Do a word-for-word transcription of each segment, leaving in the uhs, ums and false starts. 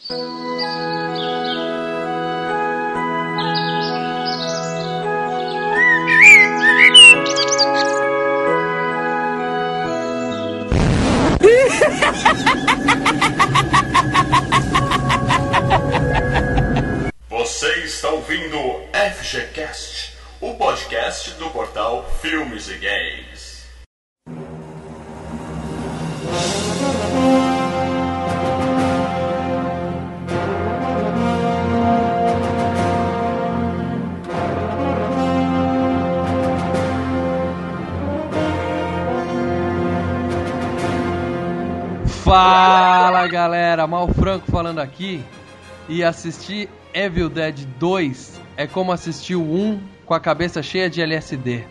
Você está ouvindo F G Cast, o podcast do portal Filmes e Games. Fala galera, Mal Franco falando aqui. E assistir Evil Dead dois é como assistir o um com a cabeça cheia de L S D.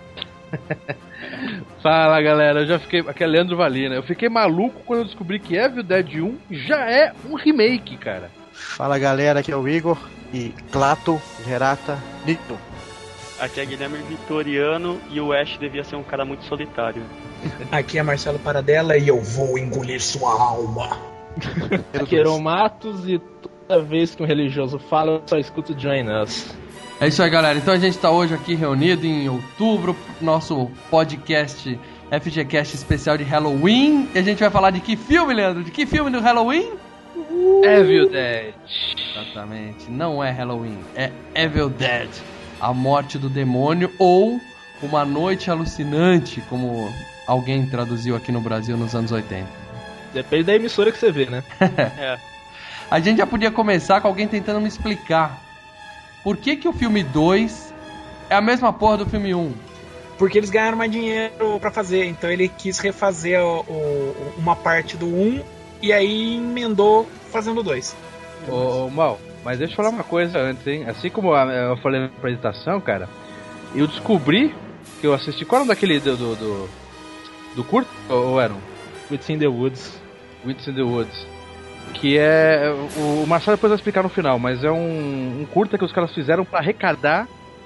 Fala galera, eu já fiquei. Aqui é Leandro Valina. Eu fiquei maluco quando eu descobri que Evil Dead um já é um remake, cara. Fala galera, aqui é o Igor. E Clato, Gerata, Nito. Aqui é Guilherme Vitoriano e o Ash devia ser um cara muito solitário. Aqui é Marcelo Paradela e eu vou engolir sua alma. Aqui é Matos e toda vez que um religioso fala, eu só escuto Join Us. É isso aí, galera. Então a gente tá hoje aqui reunido em outubro, nosso podcast F G Cast especial de Halloween. E a gente vai falar de que filme, Leandro? De que filme do Halloween? Uh! Evil Dead. Exatamente. Não é Halloween, é Evil Dead. A morte do demônio ou Uma Noite Alucinante, como alguém traduziu aqui no Brasil nos anos oitenta. Depende da emissora que você vê, né? É. A gente já podia começar com alguém tentando me explicar por que que o filme dois é a mesma porra do filme um. Porque eles ganharam mais dinheiro pra fazer, então ele quis refazer o, o, uma parte do um e aí emendou fazendo o dois. Ô, Mal, mas deixa eu falar uma coisa antes, hein? Assim como eu falei na apresentação, cara, eu descobri que eu assisti. Qual é o nome daquele do, do, do, do curto? Ou era um? Wits in the Woods. Wits in the Woods. Que é. O Marcelo depois vai explicar no final, mas é um, um curta que os caras fizeram pra arrecadar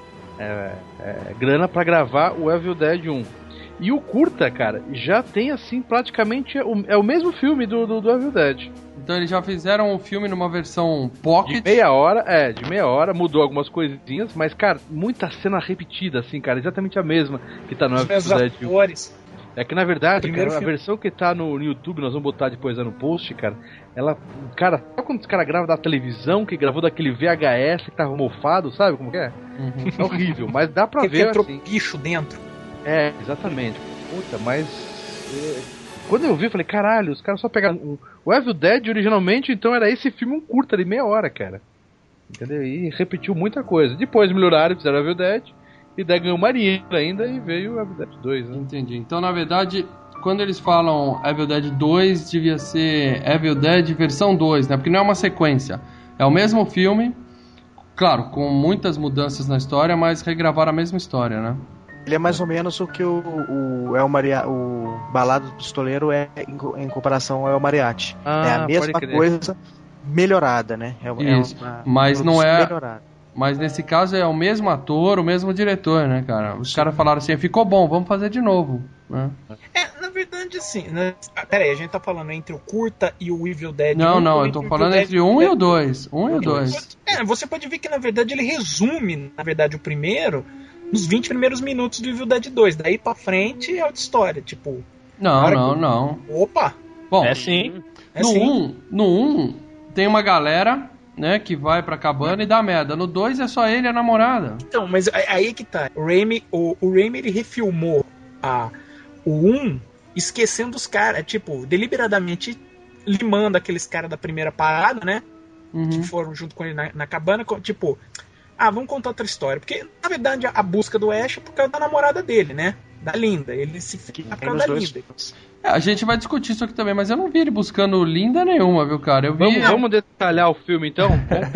é, é, grana pra gravar o Evil Dead um. E o curta, cara, já tem assim praticamente. O, é o mesmo filme do, do, do Evil Dead. Então eles já fizeram o filme numa versão pocket. De meia hora, é, de meia hora, mudou algumas coisinhas, mas, cara, muita cena repetida, assim, cara, exatamente a mesma que tá no Evil Dead um. É que, na verdade, cara, a versão que tá no YouTube, nós vamos botar depois no post, cara, ela, cara, sabe quando os caras gravam da televisão, que gravou daquele V H S que tava mofado, sabe como que é? Uhum. É horrível, mas dá pra que ver, entrou assim. Bicho dentro. É, exatamente. Puta, mas... É, quando eu vi, eu falei, caralho, os caras só pegaram... Um, o Evil Dead, originalmente, então, era esse filme um curta de meia hora, cara. Entendeu? E repetiu muita coisa. Depois melhoraram, fizeram o Evil Dead... E daí ganhou uma dinheiro ainda e veio o Evil Dead dois, né? Entendi. Então, na verdade, quando eles falam Evil Dead dois, devia ser Evil Dead versão dois, né? Porque não é uma sequência. É o mesmo filme, claro, com muitas mudanças na história, mas regravaram a mesma história, né? Ele é mais ou menos o que o, o, El Maria, o Balado do Pistoleiro é em, em comparação ao El Mariachi. Ah, é a mesma coisa melhorada, né? É, Isso, é uma mas não é... melhorada. Mas nesse caso é o mesmo ator, o mesmo diretor, né, cara? Os caras falaram assim, ficou bom, vamos fazer de novo, né? É, na verdade, assim, né? Pera aí, a gente tá falando entre o curta e o Evil Dead. Não, um, não, eu tô falando entre o um e o dois. Um e o dois. É, você pode ver que, na verdade, ele resume, na verdade, o primeiro nos vinte primeiros minutos do Evil Dead dois. Daí pra frente é outra história, tipo... Não, não, que... não. Opa! Bom, é sim. É no sim. um, no um tem uma galera... né, que vai pra cabana e dá merda. No dois é só ele e a namorada. Então, mas aí que tá. O Raimi, o, o Raimi ele refilmou a, o um esquecendo os caras, tipo, deliberadamente limando aqueles caras da primeira parada, né? Uhum. Que foram junto com ele na, na cabana, tipo, ah, vamos contar outra história. Porque, na verdade, a, a busca do Ash é por causa da namorada dele, né? Da Linda. Ele se fica por causa da Linda. É, a gente vai discutir isso aqui também, mas eu não vi ele buscando linda nenhuma, viu, cara? Eu vi... Vamos, vamos detalhar o filme, então?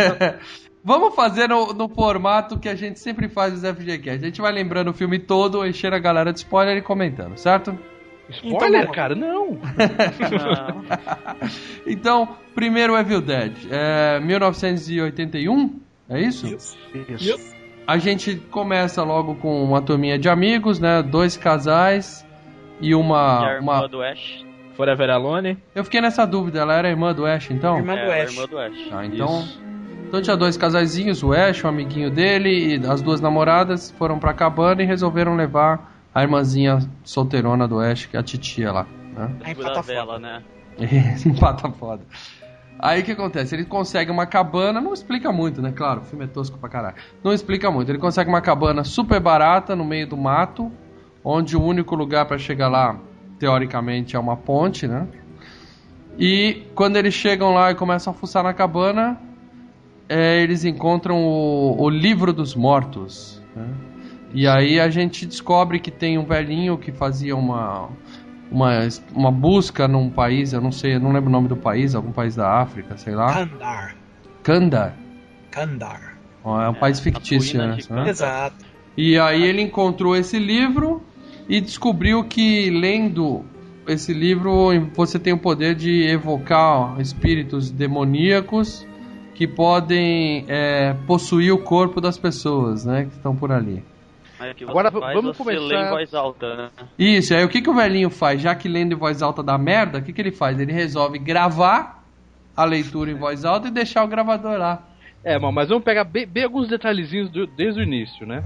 Vamos fazer no, no formato que a gente sempre faz os F G Q. A gente vai lembrando o filme todo, enchendo a galera de spoiler e comentando, certo? Spoiler, então, cara? Não. não. Então, primeiro Evil Dead. É mil novecentos e oitenta e um, é isso? Isso. Isso. A gente começa logo com uma turminha de amigos, né? Dois casais... E uma, e a irmã uma do Ash. Forever Alone. Eu fiquei nessa dúvida, ela era irmã do Ash, então? Irmã do É, Ash. irmã do Ash. Ah, então... Então tinha dois casaizinhos, o Ash, o amiguinho dele, e as duas namoradas foram pra cabana e resolveram levar a irmãzinha solteirona do Ash, que é a titia lá, né? Aí Cuida empata dela, foda. né? Empata foda. Aí o que acontece? Ele consegue uma cabana, não explica muito, né? Claro, o filme é tosco pra caralho. Não explica muito. Ele consegue uma cabana super barata no meio do mato, onde o único lugar pra chegar lá, teoricamente, é uma ponte, né? E quando eles chegam lá e começam a fuçar na cabana, é, eles encontram o, o livro dos mortos, né? E aí a gente descobre que tem um velhinho que fazia uma, uma, uma busca num país, eu não sei, eu não lembro o nome do país, algum país da África, sei lá. Kandar. Kandar. Kandar. Ó, é um É, país a fictício, ruína né? de Kandar. Exato. E aí ele encontrou esse livro e descobriu que lendo esse livro você tem o poder de evocar espíritos demoníacos que podem é, possuir o corpo das pessoas, né, que estão por ali. Aí que você Agora, faz, vamos você começar- lê em voz alta, né? Isso, aí o que, que o velhinho faz? Já que lendo em voz alta dá merda, o que, que ele faz? Ele resolve gravar a leitura em voz alta e deixar o gravador lá. É, mas vamos pegar bem, bem alguns detalhezinhos do- desde o início, né?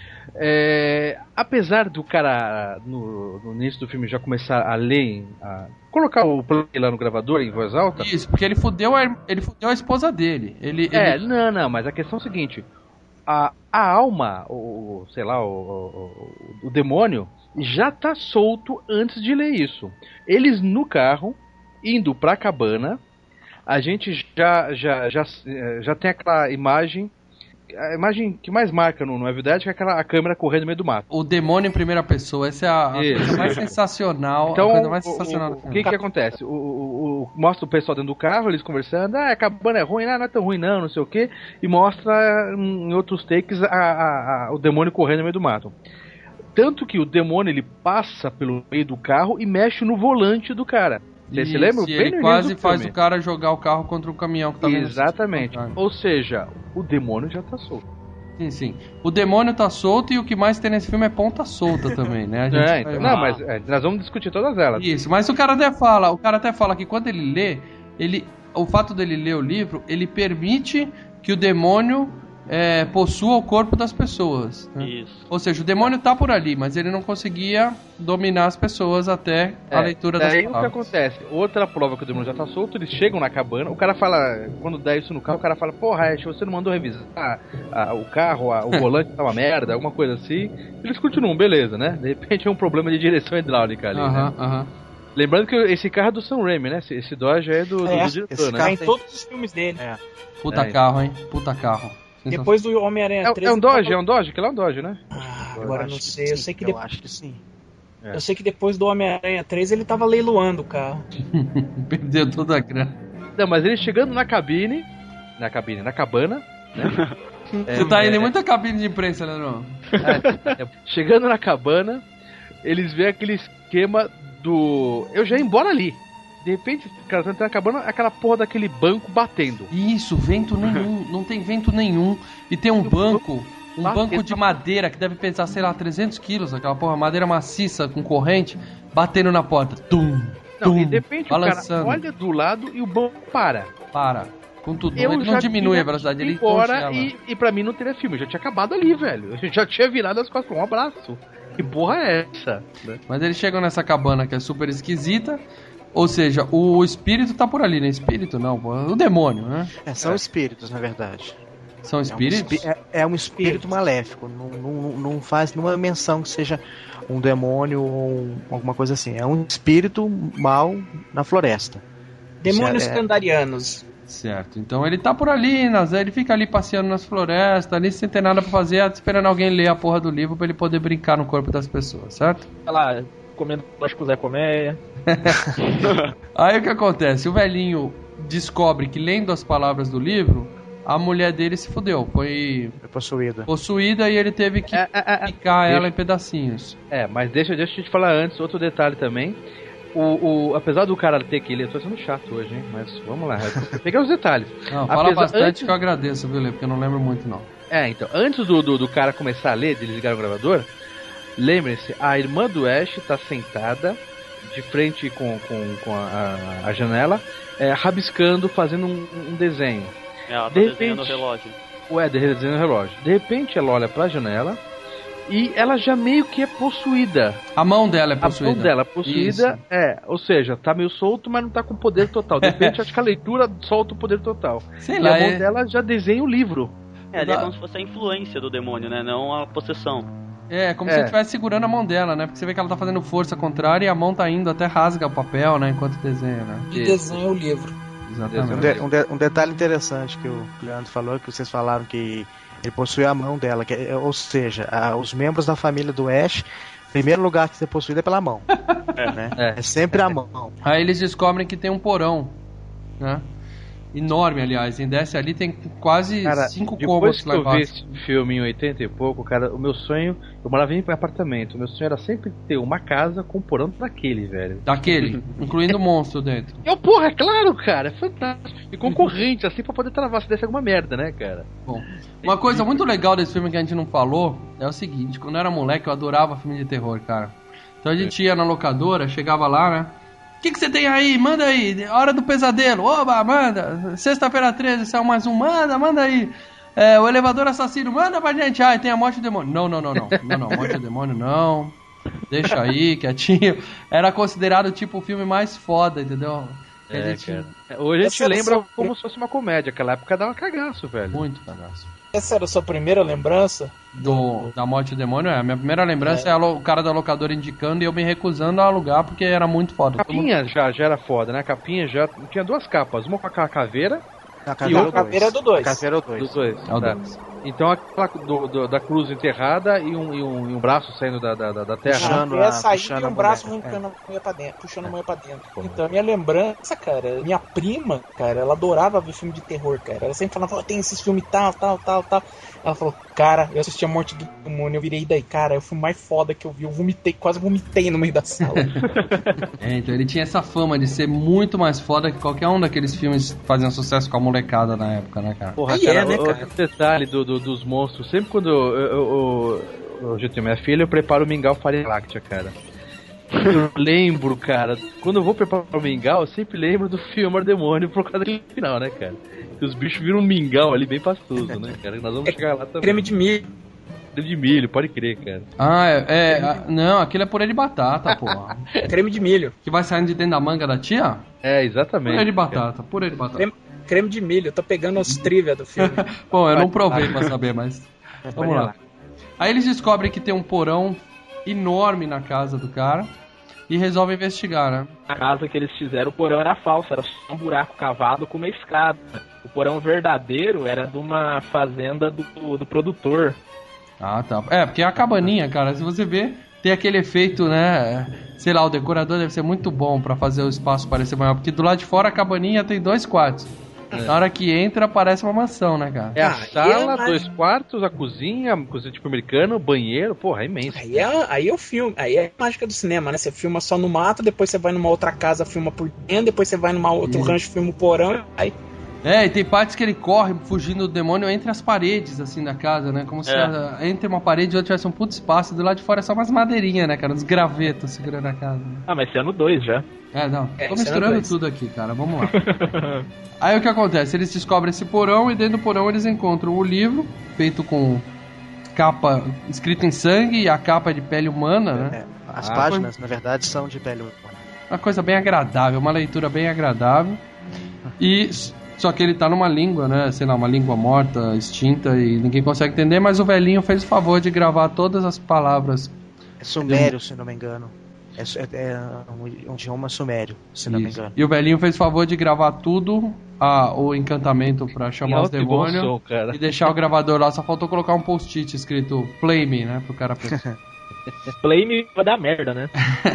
É, apesar do cara no, no início do filme já começar a ler, a colocar o play lá no gravador em voz alta. Isso, porque ele fudeu a, ele fudeu a esposa dele. Ele, É, ele... não, não, mas a questão é a seguinte: a, a alma, o, o- sei lá, o, o, o demônio já tá solto antes de ler isso. Eles no carro, indo pra cabana, a gente já, já, já, já tem aquela imagem. A imagem que mais marca no, no Evil Dead é aquela a câmera correndo no meio do mato. O demônio em primeira pessoa, essa é a, a Isso. coisa mais sensacional. Então, a coisa mais o- sensacional o, do o filme. que que acontece? O, o- o- mostra o pessoal dentro do carro, eles conversando, ah, a cabana é ruim, ah, não é tão ruim não, não sei o que, e mostra hum, em outros takes a, a- a- o demônio correndo no meio do mato. Tanto que o demônio ele passa pelo meio do carro e mexe no volante do cara. Você se Isso, lembra? e Bem ele no quase início do faz filme. o cara jogar o carro contra um caminhão que tá vindo. Exatamente. Ou seja, o demônio já tá solto. Sim, sim. O demônio tá solto e o que mais tem nesse filme é ponta solta também, né? A gente É, vai- então, não, mas é, nós vamos discutir todas elas. Isso, mas o cara até fala, o cara até fala que quando ele lê, ele, o fato dele ler o livro, ele permite que o demônio é, possua o corpo das pessoas, né? Isso. Ou seja, o demônio tá por ali, mas ele não conseguia dominar as pessoas até a É, leitura das daí o que palavras. acontece? Outra prova que o demônio já tá solto, eles chegam na cabana, o cara fala, quando dá isso no carro, o cara fala, porra, Ash, você não mandou revisar a- o carro, a- o volante tá uma merda, alguma coisa assim. Eles continuam, beleza, né? De repente é um problema de direção hidráulica ali, Aham, né? aham. Lembrando que esse carro é do Sam Raimi, né? Esse, esse Dodge é do, do- É, do diretor, esse né? Tá carro em tem- todos os filmes dele. É. Puta É, carro, hein? Puta carro. Depois do Homem-Aranha É, três. é um Dodge, é um Dodge? Que lá é um Dodge, né? Ah, Eu agora eu acho não que sei. sim, Eu sei que, eu depois, acho que sim. É. eu sei que depois do Homem-Aranha três ele tava leiloando o carro. Perdeu toda a grana. Não, mas ele chegando na cabine, na cabine, na cabana, né? Você tá indo é, em muita cabine de imprensa, né, não? É, é, chegando na cabana, eles veem aquele esquema do. Eu já ia embora ali. De repente, cara, tá na cabana, aquela porra daquele banco batendo. Isso, vento nenhum, não tem vento nenhum. E tem um banco, um banco de madeira que deve pesar, sei lá, trezentos quilos, aquela porra, madeira maciça com corrente, batendo na porta. Tum, Não, tum, e de repente balançando. o cara olha do lado e o banco para. Para, com tudo. Eu Ele não já diminui tinha a velocidade, ele ido embora congela. e, e pra mim não teria filme, eu já tinha acabado ali, velho. Eu já tinha virado as costas, um abraço. Que porra é essa? Né? Mas eles chegam nessa cabana que é super esquisita. Ou seja, o espírito tá por ali, né? Espírito não, pô, o demônio, né? É, são É. espíritos, na verdade. São É um, espíritos? espi- é, é um espírito maléfico. Não, não, não faz nenhuma menção que seja um demônio ou um- alguma coisa assim. É um espírito mal na floresta. Demônios Isso é- Kandarianos. Certo, então ele tá por ali, nas, ele fica ali passeando nas florestas, ali sem ter nada pra fazer, esperando alguém ler a porra do livro pra ele poder brincar no corpo das pessoas, certo? Sei lá, comendo paz com o Zé Colmeia. Aí o que acontece? O velhinho descobre que lendo as palavras do livro, a mulher dele se fudeu, foi É possuída. possuída e ele teve que É, é, é, picar deixa- ela em pedacinhos. É, mas deixa, deixa eu te falar antes, outro detalhe também. O, o, apesar do cara ter que ler, eu tô sendo chato hoje, hein? Mas vamos lá, pegar os detalhes. Não, fala Apesar- bastante antes- que eu agradeço, viu, Lê? Porque eu não lembro muito, não. É, então, antes do, do, do cara começar a ler, de ligar o gravador, lembrem-se, a irmã do Ash tá sentada de frente com, com, com a, a janela, é, rabiscando, fazendo um, um desenho. É, ela tá de desenhando repente, o relógio. Ué, desenhando o relógio. De repente ela olha pra janela e ela já meio que é possuída. A mão dela é possuída. A mão dela é possuída, Isso. é, ou seja, tá meio solto, mas não tá com poder total. De repente acho que a leitura solta o poder total. Sei e lá, a mão é... dela já desenha o livro. É, ali é como se fosse a influência do demônio, né? Não a possessão. É, como é. se ele estivesse segurando a mão dela, né? Porque você vê que ela tá fazendo força contrária e a mão tá indo, até rasga o papel, né? Enquanto desenha, né? E desenha o livro. Exatamente. Um, de, um, de, um detalhe interessante que o Leandro falou, que vocês falaram que ele possui a mão dela, que, ou seja, a, os membros da família do Ash, o primeiro lugar que ser possuído é pela mão. É. Né? É. é sempre a mão. Aí eles descobrem que tem um porão, né? Enorme, aliás. Em desce ali tem quase cara, cinco cômodos lá embaixo. Depois que eu vi esse filme em oitenta e pouco, cara, o meu sonho... Eu morava em apartamento. O meu sonho era sempre ter uma casa com um porão daquele, velho. Daquele, incluindo o monstro dentro. Eu, porra, é claro, cara. É fantástico. E concorrente, assim, pra poder travar se desse alguma merda, né, cara? Bom, uma coisa muito legal desse filme que a gente não falou é o seguinte. Quando eu era moleque, eu adorava filme de terror, cara. Então a gente ia na locadora, chegava lá, né? O que, que você tem aí? Manda aí. Hora do Pesadelo. Oba, manda. Sexta-feira treze, saiu mais um. Manda, manda aí. É, o Elevador Assassino. Manda pra gente. Ah, tem a Morte do Demônio. Não, não, não, não. Não, não. Morte do Demônio, não. Deixa aí, quietinho. Era considerado tipo o filme mais foda, entendeu? É, gente... cara. Hoje a gente Essa lembra sua... como se fosse uma comédia. Aquela época dava cagaço, velho. Muito cagaço. Essa era a sua primeira lembrança? Do, da Morte do Demônio, é. A minha primeira lembrança é, é o cara da locadora indicando e eu me recusando a alugar porque era muito foda. A capinha mundo... já, já era foda, né? A capinha já tinha duas capas. Uma com a caveira a caveira e outra... caveira do dois. A caveira do dois. Do dois. É o tá. dois. Então aquela do, do, da cruz enterrada e um, e um, e um braço saindo da, da, da terra. Puxando a, saindo e um braço arrancando é. a mulher pra dentro, puxando a mulher pra dentro. Então a minha lembrança, cara, minha prima, cara, ela adorava ver filme de terror, cara. Ela sempre falava, oh, tem esses filmes tal, tal, tal, tal. Ela falou, cara, eu assisti A Morte do Demônio, eu virei daí, cara, é o filme mais foda que eu vi. Eu vomitei, quase vomitei no meio da sala. É, então ele tinha essa fama de ser muito mais foda que qualquer um daqueles filmes que faziam sucesso com a molecada na época, né, cara? Porra, cara, é, né, cara? Outro detalhe do, do, dos monstros, sempre quando eu, eu, eu, eu já tenho minha filha, eu preparo o mingau farinha láctea, cara. Eu lembro, cara, quando eu vou preparar o mingau, eu sempre lembro do filme O Demônio por causa daquele final, né, cara? Que os bichos viram um mingau ali bem pastoso, né, cara? Nós vamos é chegar lá também. Creme de milho. Creme de milho, pode crer, cara. Ah, é. é a, não, aquilo é purê de batata, porra. Creme de milho. Que vai saindo de dentro da manga da tia? É, exatamente. Purê de batata, purê de batata. Creme, creme de milho, eu tô pegando os trivia do filme. Bom, eu não provei pra saber, mas. Vamos lá. Aí eles descobrem que tem um porão enorme na casa do cara e resolvem investigar, né? A casa que eles fizeram, o porão era falso, era só um buraco cavado com uma escada. O porão verdadeiro era de uma fazenda do, do produtor. Ah, tá. É, porque é a cabaninha, cara, se você ver, tem aquele efeito, né? Sei lá, o decorador deve ser muito bom pra fazer o espaço parecer maior, porque do lado de fora a cabaninha tem dois quartos. É. Na hora que entra, parece uma mansão, né, cara? É a ah, sala, é dois quartos, a cozinha, a cozinha tipo americana, banheiro, porra, é imenso. Aí é, aí é o filme, aí é a mágica do cinema, né? Você filma só no mato, depois você vai numa outra casa, filma por dentro, depois você vai numa outro Isso. rancho, filma o porão, aí... É, e tem partes que ele corre fugindo do demônio entre as paredes, assim, da casa, né? Como se é. a, entre uma parede e outra tivesse um puto espaço, e do lado de fora é só umas madeirinhas, né, cara? Uns gravetos segurando a casa. Né? Ah, mas esse é no dois já. É, não. É, tô misturando tudo aqui, cara. Vamos lá. Aí o que acontece? Eles descobrem esse porão e dentro do porão eles encontram o livro, feito com capa escrito em sangue e a capa é de pele humana, né? É, as ah, páginas, foi... na verdade, são de pele humana. Uma coisa bem agradável, uma leitura bem agradável. E... Só que ele tá numa língua, né? Sei lá, uma língua morta, extinta e ninguém consegue entender, mas o velhinho fez o favor de gravar todas as palavras. É sumério, se não me engano. É, é um, um idioma sumério, se não Isso. me engano. E o velhinho fez o favor de gravar tudo, a, o encantamento pra chamar os demônios som, e deixar o gravador lá. Só faltou colocar um post-it escrito Play Me, né? Pro cara pensar. Play Me vai dar merda, né?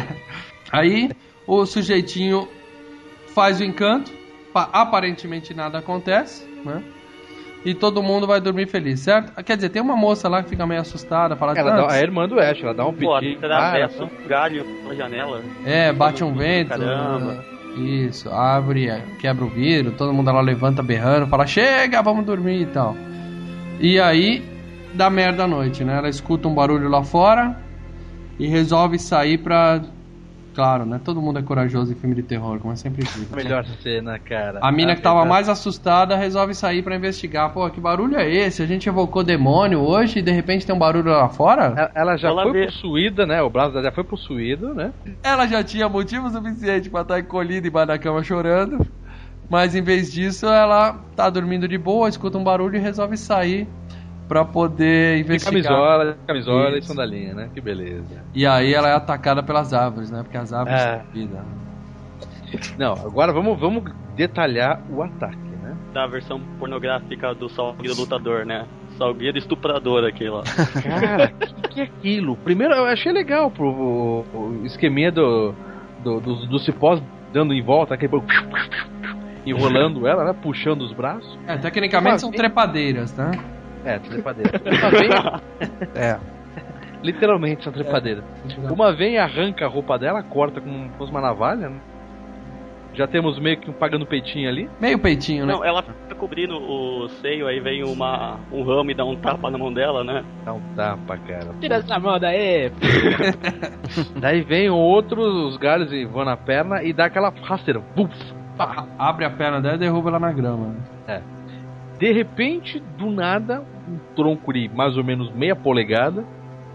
Aí o sujeitinho faz o encanto. Aparentemente nada acontece, né? E todo mundo vai dormir feliz, certo? Quer dizer, tem uma moça lá que fica meio assustada, fala ela dá, a irmã do Ash, ela dá um Pô, piti. atravessa um galho na janela. É, bate um vento. Caramba. Isso, abre, quebra o vidro, todo mundo lá levanta berrando, fala, chega, vamos dormir e tal. E aí, dá merda à noite, né? Ela escuta um barulho lá fora e resolve sair pra Claro, né? Todo mundo é corajoso em filme de terror, como eu sempre digo. Melhor cena, cara. A mina ah, que tava verdade. mais assustada resolve sair pra investigar. Pô, que barulho é esse? A gente evocou demônio hoje e de repente tem um barulho lá fora? Ela, ela já Ela foi vê. possuída, né? O braço dela já foi possuído, né? Ela já tinha motivo suficiente pra estar encolhida embaixo da cama chorando. Mas em vez disso, ela tá dormindo de boa, escuta um barulho e resolve sair pra poder De investigar. camisola, camisola e Isso. sandalinha, né? Que beleza. E aí ela é atacada pelas árvores, né? Porque as árvores É. têm vida. Não, agora vamos, vamos detalhar o ataque, né? Da versão pornográfica do Salgueiro Lutador, né? Salgueiro estuprador aqui lá. Cara, o que, que é aquilo? Primeiro, eu achei legal pro o, o esqueminha do, do, do, do cipós dando em volta, aquele enrolando ela, né? Puxando os braços. É, tecnicamente Uma são vez- trepadeiras, né? É, trepadeira. Uma vem, É. literalmente são trepadeiras. Uma vem e arranca a roupa dela, corta com, com uma navalha, né? Já temos meio que um pagando peitinho ali. Meio peitinho, né? Não, ela fica cobrindo o seio, aí vem uma, um ramo e dá um tapa na mão dela, né? Dá um tapa, cara. Tira essa mão daí. Daí vem outros galhos e vão na perna e dá aquela rasteira. Buf, pá. A- Abre a perna dela e derruba ela na grama. De repente, do nada, um tronco de mais ou menos meia polegada.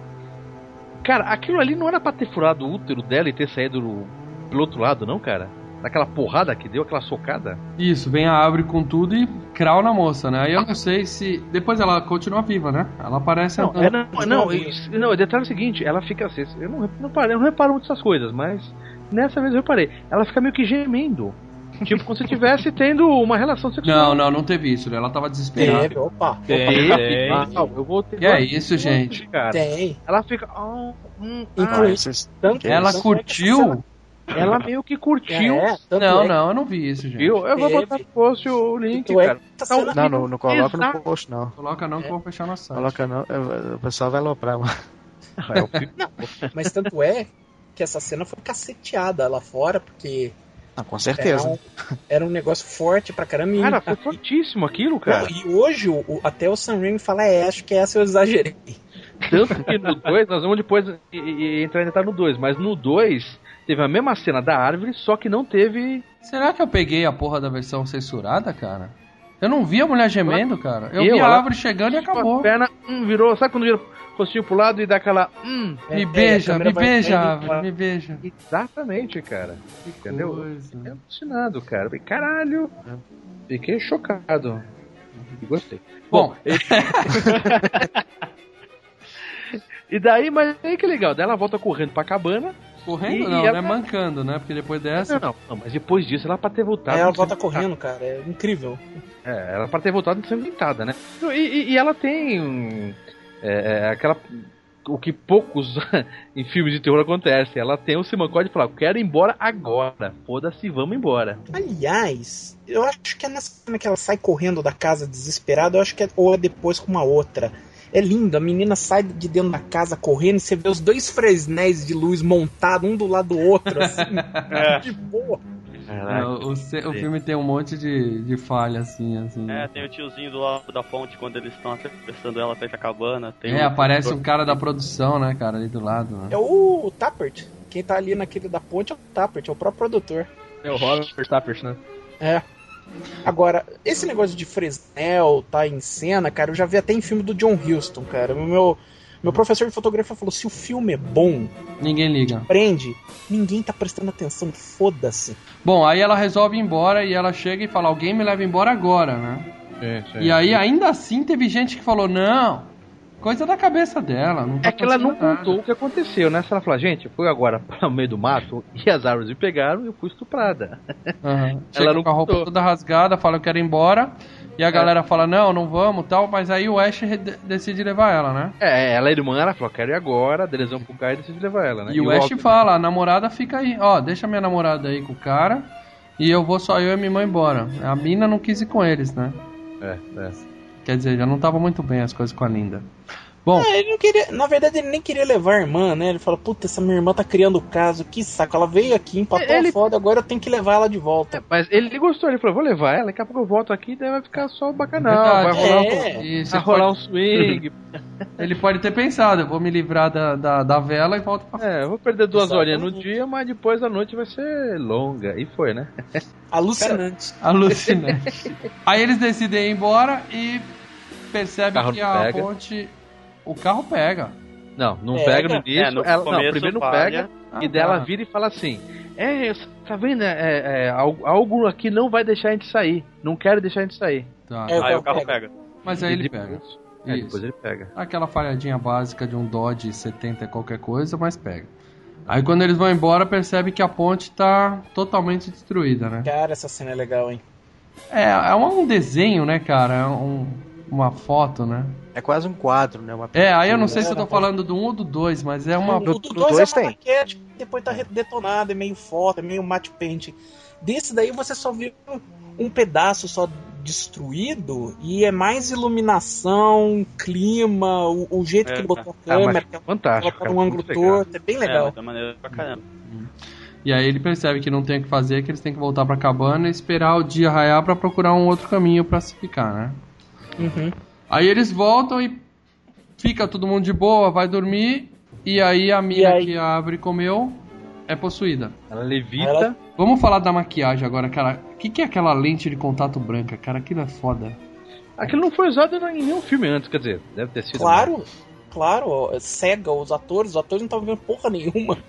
Cara, aquilo ali não era pra ter furado o útero dela e ter saído do- pelo outro lado, não, cara? Daquela porrada que deu, aquela socada. Isso, vem a árvore com tudo e crau na moça, né? Aí eu não sei se... Depois ela continua viva, né? Ela aparece... Não, andando. é, não, não, isso- não, o detalhe é o seguinte, ela fica assim, eu não, não, parei, eu não reparo muito essas coisas, mas nessa vez eu reparei, ela fica meio que gemendo. Tipo, como se estivesse tendo uma relação sexual. Não, não, não teve isso, né? Ela tava desesperada. Teve, opa. Tem, tem. Ah, eu vou ter Que é isso, gente? Cara. Tem. Ela fica. Oh, hum, E ah, com Ah, isso, vocês- tanto- Ela tanto é que curtiu? ela meio que curtiu. É, tanto Não, é que- não, eu não vi isso, gente. Viu? Eu vou Teve. botar no post o link, tanto é cara. que essa cena- Não, não, não coloca no Exato. post, não. Coloca não que eu vou fechar no site. Coloca não, é, o pessoal vai aloprar, mano. É o filme. Mas tanto é que essa cena foi caceteada lá fora, porque Ah, com era certeza. um, era um negócio forte pra caramba. e- Cara, foi fortíssimo aquilo, cara. Não, e hoje, o, o- até o Sam Raimi fala, é, acho que essa eu exagerei. Tanto que no dois, nós vamos depois e, e, entrar ainda tá no dois, mas no dois teve a mesma cena da árvore, só que não teve. Será que eu peguei a porra da versão censurada, cara? Eu não vi a mulher gemendo, cara. Eu, Eu, vi a ela- árvore chegando e acabou. A perna hum, virou, sabe quando vira o rostinho pro lado e dá aquela. Hum, Me É, beija, a câmera me vai beija, vendo e árvore, fala- me beija. exatamente, cara. Entendeu? Coisa. Fiquei alucinado, cara. Falei, caralho. Fiquei chocado. E gostei. Bom, E daí, mas aí que legal. Daí ela volta correndo pra cabana. correndo E- não, e ela- né? Mancando, né? Porque depois dessa... Não, não, não, mas depois disso ela pra ter voltado. Aí ela não volta sei- correndo, cara, é incrível. É, ela pra ter voltado ensanguentada, né? E, e, e ela tem um, é, é, aquela. O que poucos em filmes de terror acontece. Ela tem o Simancode de falar: eu quero ir embora agora. Foda-se, vamos embora. Aliás, eu acho que é nessa cena que ela sai correndo da casa desesperada, eu acho que é, ou é depois com uma outra. É lindo, a menina sai de dentro da casa correndo e você vê os dois fresnéis de luz montados um do lado do outro, assim, de boa. Não, o, ce- o filme tem um monte de, de falha, assim, assim. É, tem o tiozinho do lado da ponte quando eles estão atravessando ela até a cabana. Tem É, o- aparece um cara da produção, né, cara, ali do lado, né? É o Tappert. Quem tá ali naquele da ponte é o Tappert, é o próprio produtor. É o Robert Tappert, né? É. Agora, esse negócio de Fresnel tá em cena, cara, eu já vi até em filme do John Huston, cara. O meu, meu professor de fotografia falou: se o filme é bom, Ninguém liga. prende, ninguém tá prestando atenção, foda-se. Bom, aí ela resolve ir embora e ela chega e fala, alguém me leva embora agora, né? E aí ainda assim teve gente que falou, não, coisa da cabeça dela. Não tá É que ela não acontecendo nada. contou o que aconteceu, né? Se ela falou: gente, eu fui agora para o meio do mato e as árvores me pegaram e eu fui estuprada. Uhum. Chega não com a roupa contou. toda rasgada, fala eu quero ir embora. E a galera fala, não, não vamos tal. Mas aí o Ash de- decide levar ela, né? É, ela é irmã, ela falou: quero ir agora. Daí eles vão pro cara e decide levar ela, né? E o Ash Walter- fala, a namorada fica aí. Ó, deixa minha namorada aí com o cara. E eu vou só eu e minha irmã embora. A mina não quis ir com eles, né? É, é. Quer dizer, já não tava muito bem as coisas com a Linda. Bom, ah, ele não queria, na verdade ele nem queria levar a irmã, né? Ele fala, puta, essa minha irmã tá criando caso, que saco. Ela veio aqui, empatou ele... a foda, agora eu tenho que levar ela de volta. É, mas ele gostou, ele falou, vou levar ela, daqui a pouco eu volto aqui e daí vai ficar só bacanal. Vai rolar, é. um, Isso, vai rolar pode... um swing. Ele pode ter pensado, eu vou me livrar da, da, da vela e volto pra É, eu vou perder duas horinhas no dia, mas depois a noite vai ser longa. E foi, né? Alucinante. Alucinante. Aí eles decidem ir embora e percebem que a pega. ponte... O carro pega. Não, não pega, pega no início. É, no ela, não, primeiro não pega. Ah, e dela tá. Vira e fala assim: É, tá vendo? É, é, algo aqui não vai deixar a gente sair. Não quero deixar a gente sair. Tá. É, aí o carro pega. pega. Mas aí e ele depois, pega. É, depois ele pega. Aquela falhadinha básica de um Dodge setenta qualquer coisa, mas pega. Aí quando eles vão embora, percebe que a ponte tá totalmente destruída, né? Cara, essa cena é legal, hein? É, é um desenho, né, cara? É um, uma foto, né? É quase um quadro, né? Uma é, aí eu não sei se eu tô falando do um ou do dois, mas é uma... O do dois é uma maquete que depois tá detonada, é meio foto, é meio matte paint. Desse daí você só viu um, um pedaço só destruído e é mais iluminação, clima, o, o jeito é, que ele botou a câmera, ah, fantástico, botou um ângulo torto, é bem legal. É, da maneira pra caramba. E aí ele percebe que não tem o que fazer, que eles têm que voltar pra cabana e esperar o dia raiar pra procurar um outro caminho pra se ficar, né? Uhum. Aí eles voltam e fica todo mundo de boa, vai dormir. E aí a mina aí... que a árvore comeu é possuída. Ela levita. Ela... Vamos falar da maquiagem agora, cara. O que, que é aquela lente de contato branca, cara? Aquilo é foda. Aquilo não foi usado em nenhum filme antes, quer dizer, deve ter sido. Claro, mesmo. Claro, cega os atores, os atores não estavam vendo porra nenhuma.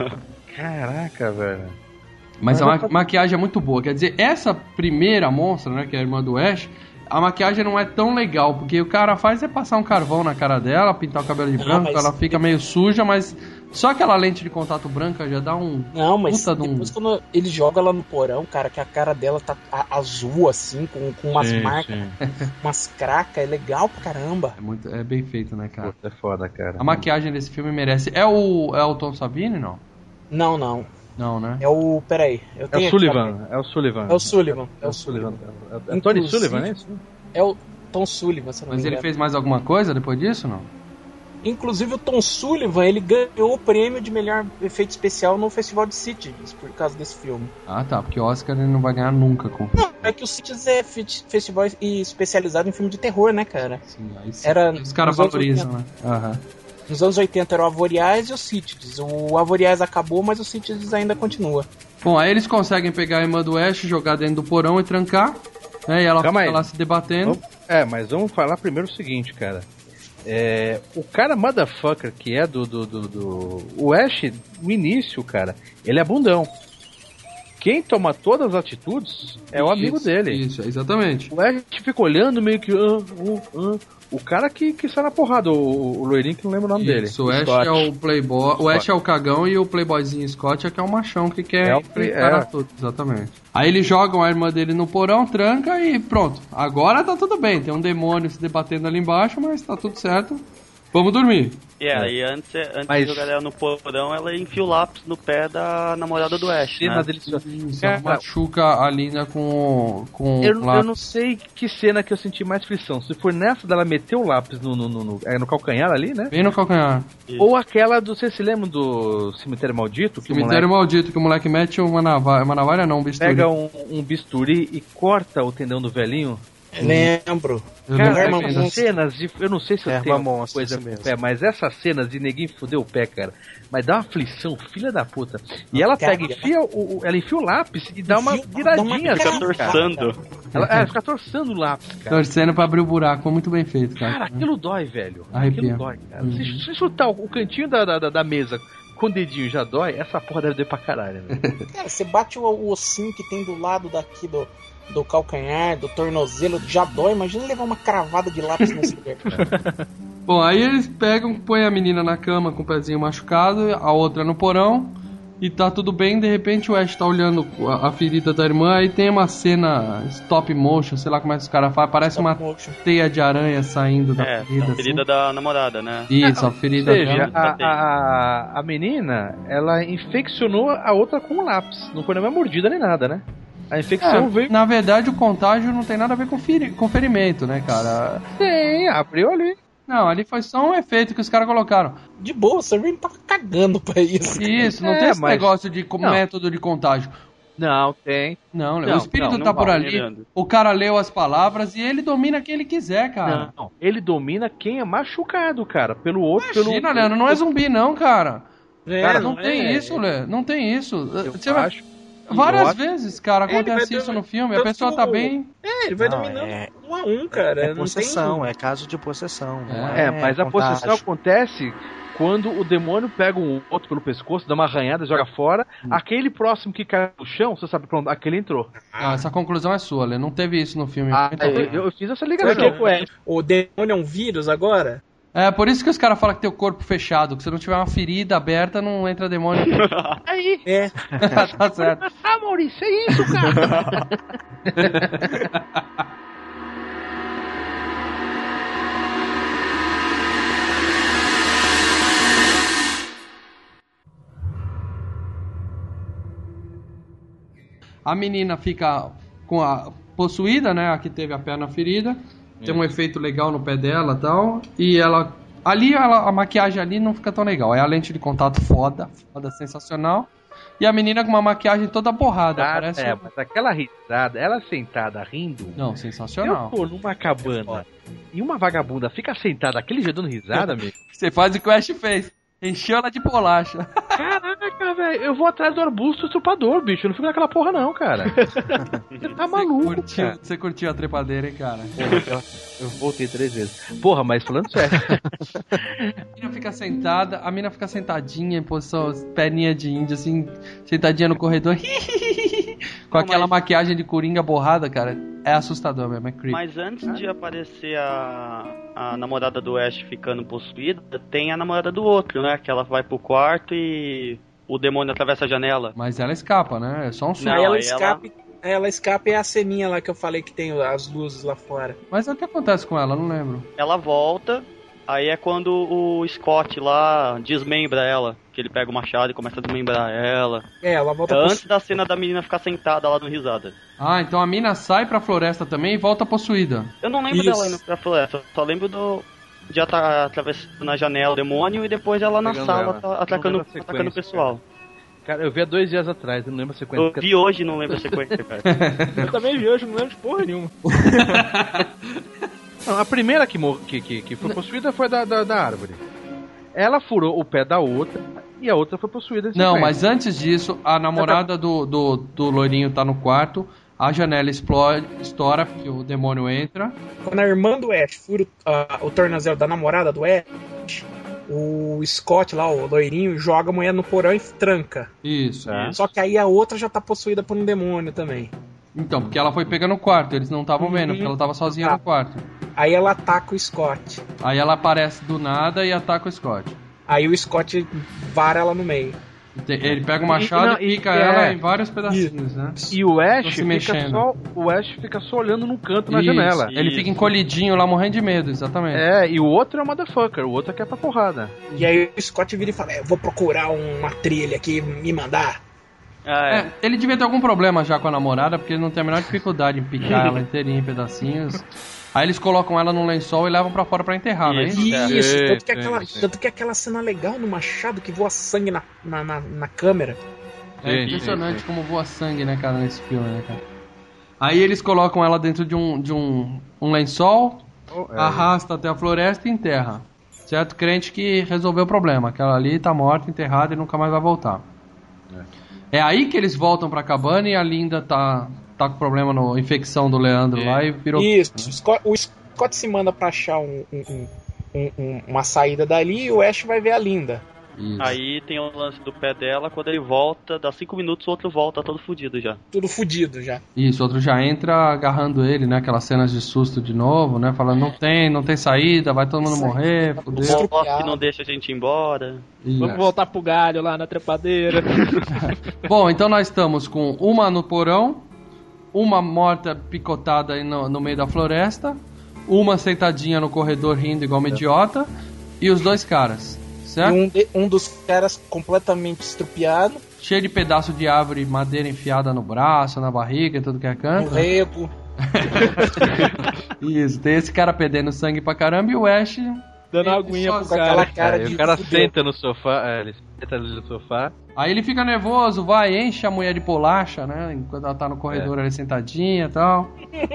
Caraca, velho. Mas a ma- maquiagem é muito boa. Quer dizer, essa primeira monstra, né, que é a irmã do Ash, a maquiagem não é tão legal, porque o cara faz é passar um carvão na cara dela, pintar o cabelo de branco, não, ela fica meio suja, mas só aquela lente de contato branca já dá um... Não, mas puta depois um... quando ele joga lá no porão, cara, que a cara dela tá azul, assim, com, com umas sim, marcas, sim. umas cracas, é legal pra caramba. É, muito, é bem feito, né, cara? Puta, é foda, cara. A maquiagem desse filme merece... É o, é o Tom Savini, não? Não, não. Não, né? É o... Peraí. Eu é, o Sullivan, é o Sullivan. É o Sullivan. É o Sullivan. É o, é o Tony Sullivan, é isso? É o Tom Sullivan, se não Mas me ele fez mais alguma coisa depois disso, não? Inclusive o Tom Sullivan, ele ganhou o prêmio de melhor efeito especial no Festival de Sitges, por causa desse filme. Ah, tá, porque o Oscar ele não vai ganhar nunca com... Não, é que o Sitges é festival especializado em filme de terror, né, cara? Sim, aí sim. Era os caras valorizam, né? Aham. Uhum. Nos anos oitenta era o Avoriaz e o Sitges. O Avoriaz acabou, mas o Sitges ainda continua. Bom, aí eles conseguem pegar a irmã do Ash, jogar dentro do porão e trancar, né? E ela Calma fica aí. lá se debatendo. Vamos... É, mas vamos falar primeiro o seguinte, cara. É, o cara motherfucker que é do, do, do, do... O Ash, no início, cara, ele é bundão. Quem toma todas as atitudes é o amigo isso, dele. Isso, exatamente. O Ash fica olhando meio que... Uh, uh, uh. O cara que, que sai na porrada, o, o loirinho que não lembra o nome isso, dele. O Ash Scott. É o playboy, Scott. O Ash é o cagão e o playboyzinho Scott é que é o machão que quer é enfrentar é. tudo, exatamente. Aí eles jogam a irmã dele no porão, tranca e pronto. Agora tá tudo bem, tem um demônio se debatendo ali embaixo, mas tá tudo certo. Vamos dormir. Yeah, é, e antes, antes Mas... de jogar ela no porão, ela enfia o lápis no pé da namorada do Ash, cena né? Deliciosa. Isso, ela machuca a Lina com, com eu, lápis. Eu não sei que cena que eu senti mais frição. Se for nessa dela meter o lápis no, no, no, no, é, no calcanhar ali, né? Bem no calcanhar. Isso. Ou aquela do... Vocês se lembram do Cemitério Maldito? Que Cemitério o moleque... Maldito, que o moleque mete uma navalha, uma navalha não, um bisturi. Pega um, um bisturi e corta o tendão do velhinho. Lembro. Cara, essas cenas de, eu não sei se eu é tenho uma coisa com o pé, mas essas cenas de neguinho fudeu o pé, cara. Mas dá uma aflição, filha da puta. E ela cara, pega, enfia o, ela enfia o lápis e dá uma viradinha. Fica torçando. Ela, ela fica torçando o lápis, cara. Torcendo pra abrir o buraco, muito bem feito, cara. Cara, aquilo dói, velho. Arrepia. Aquilo dói, cara. Uhum. Se, se chutar o, o cantinho da, da, da mesa com o dedinho já dói, essa porra deve doer pra caralho, velho. Cara, você bate o, o ossinho que tem do lado daqui do... do calcanhar, do tornozelo, já dói. Imagina levar uma cravada de lápis nesse pé. Bom, aí eles pegam, põem a menina na cama com o pezinho machucado, a outra no porão, e tá tudo bem. De repente o Ash tá olhando a, a ferida da irmã, aí tem uma cena stop motion, sei lá como é que os caras fazem, parece stop uma motion. Teia de aranha saindo da é, ferida. a ferida assim. Da namorada, né? Isso, a ferida Ou seja, dela. A, a, a menina, ela infeccionou a outra com um lápis. Não foi nenhuma mordida nem nada, né? A infecção é, veio... Na verdade, o contágio não tem nada a ver com, feri- com ferimento, né, cara? Tem, abriu ali. Não, ali foi só um efeito que os caras colocaram. De boa, o Sam Raimi tava cagando pra isso. Isso, não é, tem esse mas... negócio de não. método de contágio. Não, tem. Não, não o espírito não, não tá por vai, ali, Leandro. o cara leu as palavras e ele domina quem ele quiser, cara. Não, ele domina quem é machucado, cara. Pelo outro, Imagina, pelo... Leandro, não é zumbi não, cara. É, Cara, não, não tem é. isso, Lê. Não tem isso. Eu Você vai- acho... Várias eu acho- vezes, cara, Ele acontece vai isso domi- no filme. A tanto pessoa tá o- bem. É, ele vai Não, dominando é- um a um, cara. É não possessão, tem... é caso de possessão. não É, mas a contágio. possessão acontece quando o demônio pega um outro pelo pescoço, dá uma arranhada, joga fora. Aquele próximo que cai no chão, você sabe, pronto, aquele entrou. Ah, essa conclusão é sua, Lê. Não teve isso no filme. Ah, Então, eu, eu fiz essa Sabe ligação. o que que é? O demônio é um vírus agora? É, por isso que os caras falam que tem o corpo fechado, que se não tiver uma ferida aberta, não entra demônio. Aí, É. Tá certo. ah, Maurício, é isso, cara. A menina fica com a possuída, né? A que teve a perna ferida. Tem um efeito legal no pé dela e tal. E ela. Ali ela, a maquiagem ali não fica tão legal. É a lente de contato foda, foda, sensacional. E a menina com uma maquiagem toda borrada. Ah, parece. é, mas aquela risada, ela sentada rindo. Não, sensacional. Eu tô numa cabana e uma vagabunda fica sentada daquele jeito dando risada, amigo. Você faz o que o Ash fez. Encheu ela de bolacha. Caraca, velho, eu vou atrás do arbusto estrupador, bicho. Eu não fico naquela porra, não, cara. Você tá maluco, Você curtiu, cara. você curtiu a trepadeira, hein, cara? Eu, eu voltei três vezes. Porra, mas falando sério. A mina fica sentada, a mina fica sentadinha em posição, perninha de índio, assim, sentadinha no corredor. Com Não, aquela mas- maquiagem de coringa borrada, cara. É assustador mesmo, é creepy. Mas antes de aparecer a, a namorada do Ash ficando possuída, tem a namorada do outro, né? Que ela vai pro quarto e o demônio atravessa a janela. Mas ela escapa, né? É só um susto. Não, aí ela aí escape. Aí ela escapa e é a ceninha lá que eu falei que tem as luzes lá fora. Mas o que acontece com ela? Eu não lembro. Ela volta, aí é quando o Scott lá desmembra ela. Que ele pega o machado e começa a desmembrar ela. É, ela volta Antes pro... da cena da menina ficar sentada lá no risada. Ah, então a mina sai pra floresta também e volta possuída. Eu não lembro Isso. dela indo pra floresta, só lembro do... Já tá atravessando na janela o demônio e depois ela na Pegando sala ela. tá Não atacando, lembro a sequência, atacando o pessoal. Cara, eu vi há dois dias atrás, eu não lembro a sequência. Eu vi hoje e não lembro a sequência, cara. Eu também vi hoje, não lembro de porra nenhuma. Não, a primeira que, mor- que, que, que foi possuída foi da, da, da árvore. Ela furou o pé da outra e a outra foi possuída. em Não, sequência. mas antes disso, a namorada do, do, do loirinho tá no quarto, a janela explode, estoura, porque o demônio entra. Quando a irmã do Ash fura ah, o tornozelo da namorada do Ash, o Scott lá, o loirinho, joga a mulher no porão e tranca. Isso. Tá. Só que aí a outra já tá possuída por um demônio também. Então, porque ela foi pega no quarto, eles não estavam vendo, Uhum. porque ela tava sozinha Tá. no quarto. Aí ela ataca o Scott. Aí ela aparece do nada e ataca o Scott. Aí o Scott vara ela no meio. Ele pega o machado E- não, e pica e- ela é. em vários pedacinhos, né? E o Ash Tô se fica mexendo. só. O Ash fica só olhando num canto na Isso, janela. Ele Isso. fica encolhidinho lá, morrendo de medo, exatamente. É, e o outro é o motherfucker, o outro quer pra porrada. E aí o Scott vira e fala: "É, eu vou procurar uma trilha aqui, me mandar." Ah, é. É, ele devia ter algum problema já com a namorada, porque ele não tem a menor dificuldade em picar ela inteirinha em pedacinhos. Aí eles colocam ela num lençol e levam pra fora pra enterrar, não é isso? Isso. Isso, Sim, tanto, que sim, aquela, sim. tanto que aquela cena legal no machado que voa sangue na, na, na, na câmera. É Sim, impressionante sim, sim. como voa sangue, né, cara, nesse filme, né, cara? Aí eles colocam ela dentro de um, de um, um lençol, Oh, é. arrasta até a floresta e enterra. Certo? Crente que resolveu o problema. Aquela ali tá morta, enterrada e nunca mais vai voltar. É, aí que eles voltam pra cabana e a Linda tá, tá com problema na infecção do Leandro lá e virou... Isso, o Scott, o Scott se manda pra achar um, um- um- um- uma saída dali e o Ash vai ver a Linda. Isso. Aí tem o lance do pé dela, quando ele volta, dá cinco minutos, o outro volta todo fudido já. Tudo fudido já. Isso, outro já entra agarrando ele, né? Aquelas cenas de susto de novo, né? Falando, não tem, não tem saída, vai todo mundo Isso aí, morrer, tá fudeu. Estrupiado. O boss que não deixa a gente ir embora. Isso. Vamos voltar pro galho lá na trepadeira. Bom, então nós estamos com uma no porão, uma morta picotada aí no, no meio da floresta, uma sentadinha no corredor rindo igual uma idiota, e os dois caras, E certo? um, de- um dos caras completamente estrupiado, Cheio de pedaço de árvore, madeira enfiada no braço, na barriga e tudo que é no canto. rego. Isso, tem esse cara perdendo sangue pra caramba e o Ash Dando Ele aguinha só- pro com cara. aquela cara Aí de o cara fudeu. senta no sofá, é, ele senta ali no sofá. Aí ele fica nervoso, vai, enche a mulher de bolacha, né? Enquanto ela tá no corredor É. ali sentadinha e tal.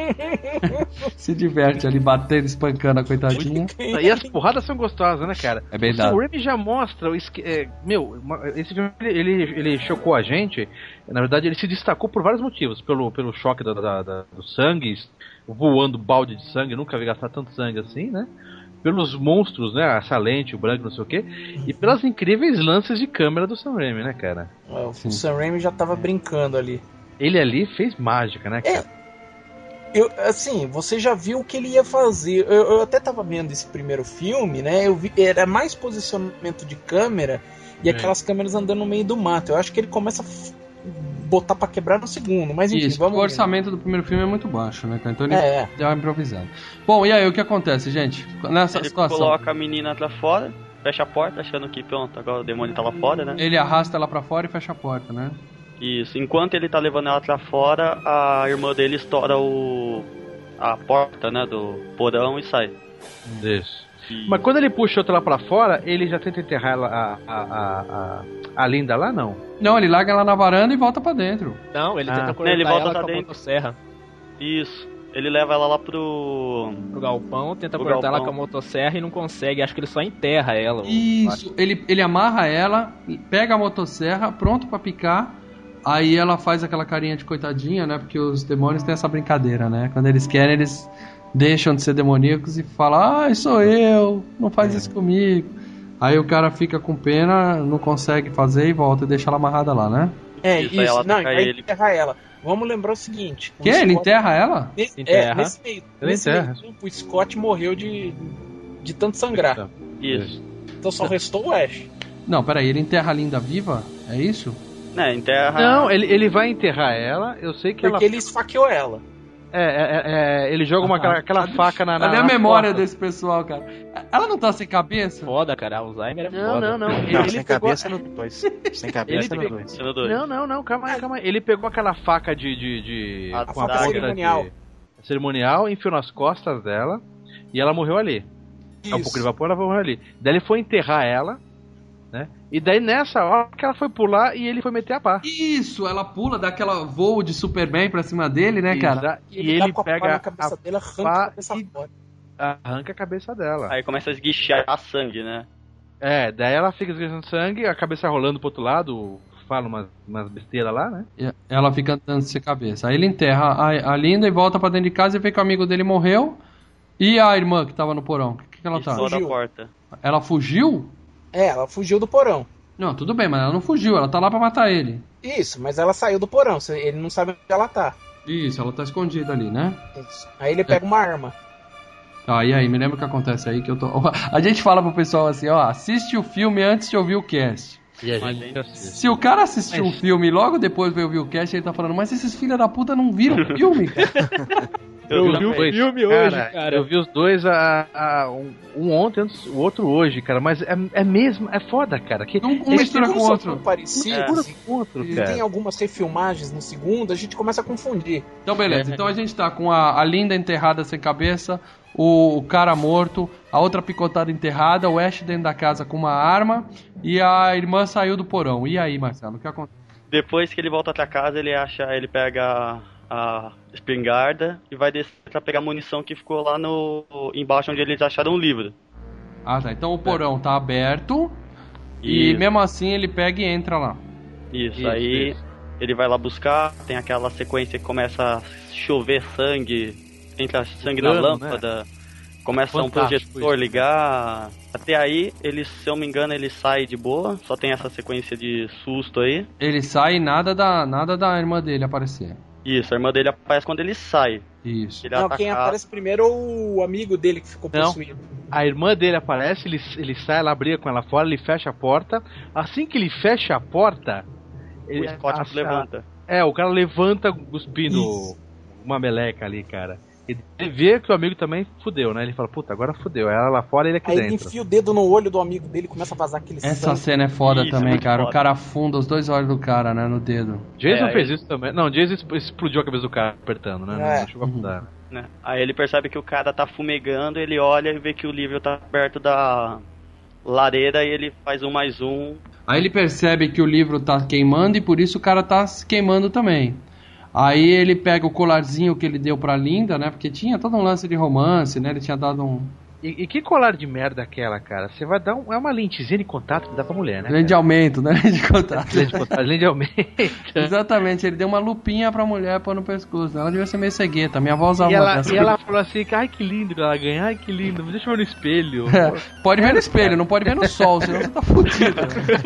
Se diverte ali, batendo, espancando a coitadinha. E as porradas são gostosas, né, cara? É bem O dado. Sam Raimi já mostra o esque... é, meu, uma- esse filme ele, ele, ele chocou a gente. Na verdade, ele se destacou por vários motivos. Pelo, pelo choque da, da- da- do sangue, voando balde de sangue, nunca vi gastar tanto sangue assim, né? Pelos monstros, né? A Salente, o branco, não sei o quê. E pelas incríveis lances de câmera do Sam Raimi, né, cara? É, o Sam Raimi já tava brincando ali. Ele ali fez mágica, né, cara? Eu, assim, você já viu o que ele ia fazer. Eu, eu até tava vendo esse primeiro filme, né? Eu vi, era mais posicionamento de câmera e É. aquelas câmeras andando no meio do mato. Eu acho que ele começa a f- botar pra quebrar no segundo. Mas enfim, Isso, vamos o orçamento do primeiro filme é muito baixo, né, cara? Então ele É, é. deu uma improvisada. Bom, e aí, o que acontece, gente? Nessa Ele situação, coloca a menina lá fora, fecha a porta, achando que pronto, agora o demônio tá lá fora, né? ele arrasta ela pra fora e fecha a porta, né? Isso. Enquanto ele tá levando ela pra fora, a irmã dele estoura o... a porta, né, do porão e sai. Isso. E- Mas quando ele puxa outra lá pra fora, ele já tenta enterrar ela, a, a, a, a, a Linda lá, não? Não, ele larga ela na varanda e volta pra dentro. Não, ele Ah. tenta cortar Ele volta ela pra com a dentro. motosserra Isso. Ele leva ela lá pro... pro galpão, tenta Pro cortar ela galpão. com a motosserra e não consegue. Acho que ele só enterra ela. Isso, ele, ele amarra ela, pega a motosserra, pronto pra picar. Aí ela faz aquela carinha de coitadinha, né? Porque os demônios têm essa brincadeira, né? Quando eles querem, eles deixam de ser demoníacos e falam: ai, sou eu, não faz isso comigo. Aí o cara fica com pena, não consegue fazer e volta e deixa ela amarrada lá, né? É, Isso, isso. aí ela Não, ataca vai ele. enterrar ela. Vamos lembrar o seguinte: o Que? Ele Scott- enterra ela? Nesse, Enterra. É, nesse meio, Ele nesse enterra. meio tempo, o Scott morreu de, de tanto sangrar. Isso. Então só restou o Ash. Não, peraí, ele enterra a Linda viva? É isso? Né, enterra... Não, ele, ele vai enterrar ela, eu sei que Porque ela... ele esfaqueou ela. É, é, é, ele joga uma, aquela, aquela faca na, na Cadê a na memória porta. desse pessoal, cara? Ela não tá sem cabeça? Foda, cara. Alzheimer é Não, foda. não, não. Ele, Não, ele sem pegou... cabeça no dois. Sem cabeça Ele no pe- dois. Sendo dois. Não, não, não, calma aí, calma aí. Ele pegou aquela faca de... de, de A com a faca ponta cerimonial. de- cerimonial, enfiou nas costas dela e ela morreu ali. É um pouco de vapor, ela morreu ali. Daí ele foi enterrar ela, né? E daí nessa hora que ela foi pular e ele foi meter a pá. Isso, ela pula, dá aquela voo de Superman pra cima dele, né, cara? E Ele, ele, dá com a pá pega na cabeça a dele, arranca pá a cabeça e- fora. arranca a cabeça dela. Aí começa a esguichar sangue, né? É, daí ela fica esguichando sangue, a cabeça rolando pro outro lado, fala umas, umas besteiras lá, né? E ela fica andando sem cabeça. Aí ele enterra a, a Linda e volta pra dentro de casa e vê que o amigo dele morreu. E a irmã que tava no porão? O que, que ela tá? Estoura a Fugiu. porta. Ela fugiu? É, ela fugiu do porão. Não, tudo bem, mas ela não fugiu, ela tá lá pra matar ele. Isso, mas ela saiu do porão. Ele não sabe onde ela tá. Isso, ela tá escondida ali, né? Isso. Aí ele pega uma arma. Tá, e aí, me lembra o que acontece aí que eu tô. A gente fala pro pessoal assim, ó, assiste o filme antes de ouvir o cast. E a Mas gente ainda- assiste. Se o cara assistiu o filme e logo depois veio ouvir o cast, ele tá falando, mas esses filha da puta não viram o filme, cara. Eu vi vi o também. filme hoje, cara. Eu vi os dois, a, a- um, um ontem, o outro hoje, cara. Mas é, é mesmo, é foda, cara. Que, Um, um Eles mistura ficam com o só outro. tão parecidos. mistura com o outro, E cara. tem algumas refilmagens no segundo, a gente começa a confundir. Então, beleza. Então a gente tá com a, a Linda enterrada sem cabeça, o, o cara morto, a outra picotada enterrada, o Ash dentro da casa com uma arma e a irmã saiu do porão. E aí, Marcelo, o que acontece? Depois que ele volta pra casa, ele acha, ele pega a espingarda e vai descer pra pegar a munição que ficou lá no embaixo onde eles acharam o livro. Ah, tá. Então o porão tá aberto e Isso. mesmo assim ele pega e entra lá. Isso, Isso, aí isso. ele vai lá buscar, tem aquela sequência que começa a chover sangue, entra sangue na Plano, lâmpada, começa um Fantástico projetor isso. ligar. Até aí, ele, se eu não me engano, ele sai de boa, só tem essa sequência de susto aí. Ele sai e nada da, nada da irmã dele aparecer. Isso, a irmã dele aparece quando ele sai. Isso. Ele é Não, atacado. quem aparece primeiro é o amigo dele que ficou Não. possuído. A irmã dele aparece, ele, ele sai, ela briga com ela fora, ele fecha a porta. Assim que ele fecha a porta, O ele, Scott a- levanta. É, o cara levanta cuspindo Isso. uma meleca ali, cara. E ele vê que o amigo também fudeu, né? Ele fala, puta, agora fudeu. Ela lá fora e ele aqui Aí ele dentro. enfia o dedo no olho do amigo dele e começa a vazar aquele Essa sangue. cena é foda Isso, também, muito cara. O foda. cara afunda os dois olhos do cara, né, no dedo. Jason É, fez aí- isso também. Não, Jason explodiu a cabeça do cara apertando, né? Não, É. não chegou a afundar. Né? Aí ele percebe que o cara tá fumegando, ele olha e vê que o livro tá perto da lareira e ele faz um mais um. Aí ele percebe que o livro tá queimando e por isso o cara tá se queimando também. Aí ele pega o colarzinho que ele deu pra Linda, né? Porque tinha todo um lance de romance, né? Ele tinha dado um... E, e que colar de merda aquela, cara? Você vai dar um... É uma lentezinha de contato que dá pra mulher, né? Lente de aumento, né? Lente de contato. Lente de contato, lente de aumento. Exatamente, ele deu uma lupinha pra mulher pôr no pescoço. Ela devia ser meio cegueta. Minha avó usava e ela, dessa. E ela falou assim, ai que lindo ela ganha, ai que lindo, deixa eu ver no espelho. É, pode ver no espelho, não pode ver no sol, senão você tá fudido.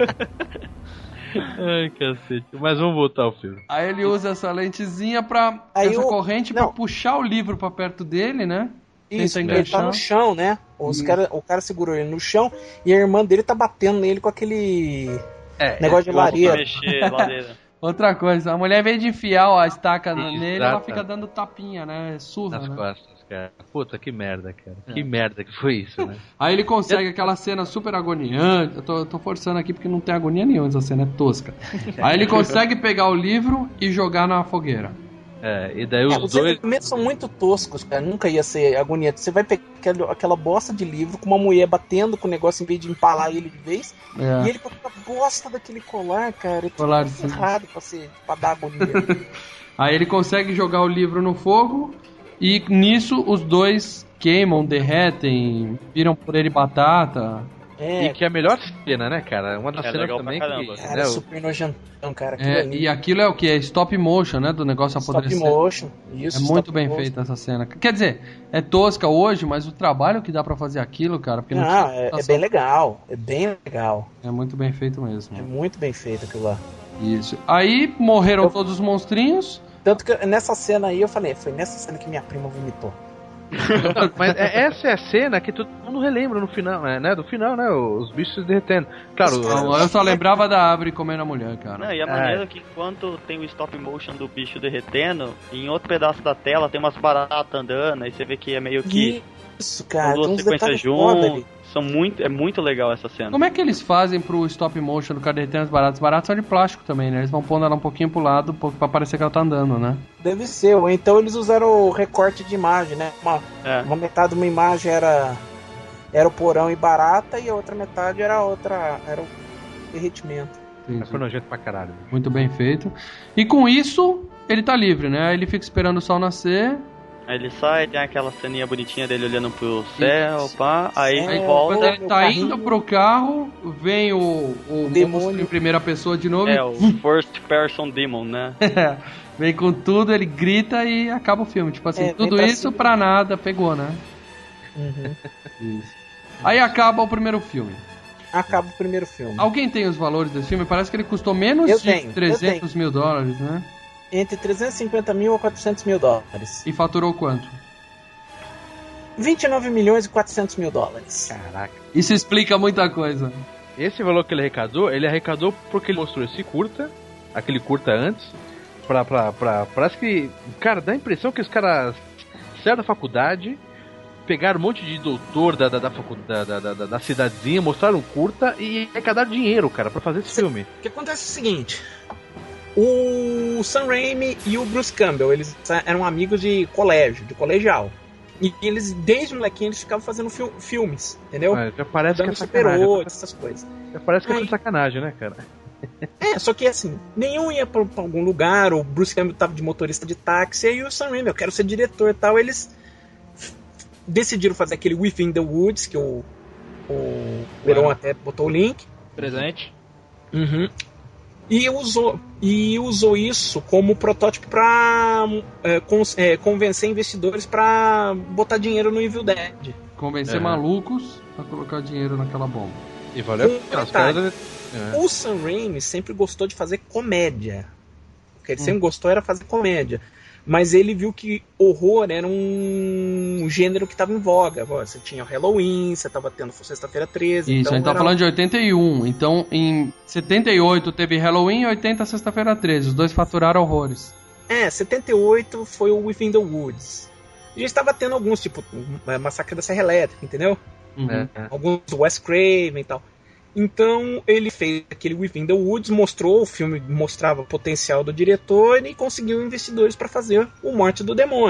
Ai, cacete. Mas vamos voltar ao filme. Aí ele usa essa lentezinha pra... Aí essa eu... corrente não. pra puxar o livro pra perto dele, né? Isso, Tenta ele tá enganchar. no chão, né? Os cara, o cara segurou ele no chão e a irmã dele tá batendo nele com aquele É, negócio de lareira. Mexer, lareira. Outra coisa, a mulher, em vez de enfiar a estaca Exato. nele, ela fica dando tapinha, né? Surra, Nas né? costas, cara. Puta, que merda, cara. É. Que merda que foi isso, né? Aí ele consegue aquela cena super agoniante. Eu tô, eu tô forçando aqui porque não tem agonia nenhuma, essa cena é tosca. Aí ele consegue pegar o livro e jogar na fogueira. É, e daí os É, os dois... elementos são muito toscos, cara. Nunca ia ser agoniante. Você vai pegar aquela, aquela bosta de livro com uma mulher batendo com o negócio em vez de empalar ele de vez. É. E ele com a bosta daquele colar, cara. É Colar, tudo errado pra, ser, pra dar agonia. Aí ele consegue jogar o livro no fogo e nisso os dois queimam, derretem, viram por ele batata. É, E que é a melhor cena, né, cara? Uma das É cenas legal também pra caramba. que... cara, né, é o- super nojentão, cara. Aquilo É, ali. e aquilo é o que? É stop motion, né? Do negócio Stop apodrecendo. motion. Isso, É muito stop bem motion. feita essa cena. Quer dizer, é tosca hoje, mas o trabalho que dá pra fazer aquilo, cara, porque não, Não, tinha é, é computação. bem legal. É bem legal. É muito bem feito mesmo. É muito bem feito aquilo lá. Isso. Aí morreram Eu- todos os monstrinhos. Tanto que nessa cena aí eu falei, foi nessa cena que minha prima vomitou. Mas é- essa é a cena que todo mundo relembra no final, né? né? Do final, né? Os bichos se derretendo. Claro, Não, eu só lembrava da árvore comendo a mulher, cara. Não, e a É. maneira que enquanto tem o stop motion do bicho derretendo, em outro pedaço da tela tem umas baratas andando, aí você vê que é meio que Isso, são cara, tem duas uns sequências detalhes foda ali. juntas. São muito, é muito legal essa cena. Como é que eles fazem pro stop motion do cara derretendo os baratos? Os baratos são de plástico também, né? Eles vão pondo ela um pouquinho pro lado um pouco pra parecer que ela tá andando, né? Deve ser, ou então eles usaram o recorte de imagem, né? Uma, É. uma metade de uma imagem era, era o porão e barata e a outra metade era a outra, era o derretimento. Entendi. foi nojento pra caralho. Muito bem feito. E com isso, ele tá livre, né? Aí ele fica esperando o sol nascer. Aí ele sai, tem aquela ceninha bonitinha dele olhando pro céu, pá, aí É, volta. Quando ele meu tá carrinho. indo pro carro, vem o, o Demônio. monstro em primeira pessoa de novo. É, o First Person Demon, né? Vem com tudo, ele grita e acaba o filme. Tipo assim, É, vem tudo pra isso cima. pra nada, pegou, né? Uhum. Isso. Aí acaba o primeiro filme. Acaba o primeiro filme. Alguém tem os valores desse filme? Parece que ele custou menos Eu de tenho, eu trezentos mil dólares, né? Entre trezentos e cinquenta mil a quatrocentos mil dólares. E faturou quanto? vinte e nove milhões e quatrocentos mil dólares. Caraca. Isso explica muita coisa. Esse valor que ele arrecadou, ele arrecadou porque ele mostrou esse curta, aquele curta antes, pra, pra, pra, parece que, cara, dá a impressão que os caras saíram da faculdade, pegaram um monte de doutor da, da, da, facu- da, da, da, da cidadezinha, mostraram um curta e arrecadaram dinheiro, cara, pra fazer esse filme. O que acontece é o seguinte: o Sam Raimi e o Bruce Campbell, eles eram amigos de colégio, de colegial. E eles, desde molequinho, eles ficavam fazendo fil- filmes, entendeu? É, já parece que é Dando sacanagem. super-oito, essas coisas. Já parece que é Ai. tudo sacanagem, né, cara? É, só que assim, nenhum ia pra, pra algum lugar, o Bruce Campbell tava de motorista de táxi, e o Sam Raimi, eu quero ser diretor e tal, eles f- decidiram fazer aquele Within the Woods, que o, o Beron até botou o link. Presente. Uhum. E usou, e usou isso como protótipo para é, cons- é, convencer investidores para botar dinheiro no Evil Dead. Convencer É. malucos a colocar dinheiro naquela bomba. E valeu Um a pena, os detalhe. caras... É. O Sam Raimi sempre gostou de fazer comédia. O que ele Hum. sempre gostou era fazer comédia. Mas ele viu que horror era um gênero que estava em voga. Pô, você tinha o Halloween, você estava tendo Sexta-feira treze. Isso, então a gente tá era- falando de oitenta e um. Então, em setenta e oito teve Halloween e oitenta Sexta-feira treze. Os dois faturaram horrores. É, setenta e oito foi o Within the Woods. A gente estava tendo alguns, tipo, Massacre da Serra Elétrica, entendeu? Uhum. É, é. Alguns do Wes Craven e tal. Então ele fez aquele Within the Woods, mostrou o filme, mostrava o potencial do diretor e conseguiu investidores para fazer o Morte do Demônio.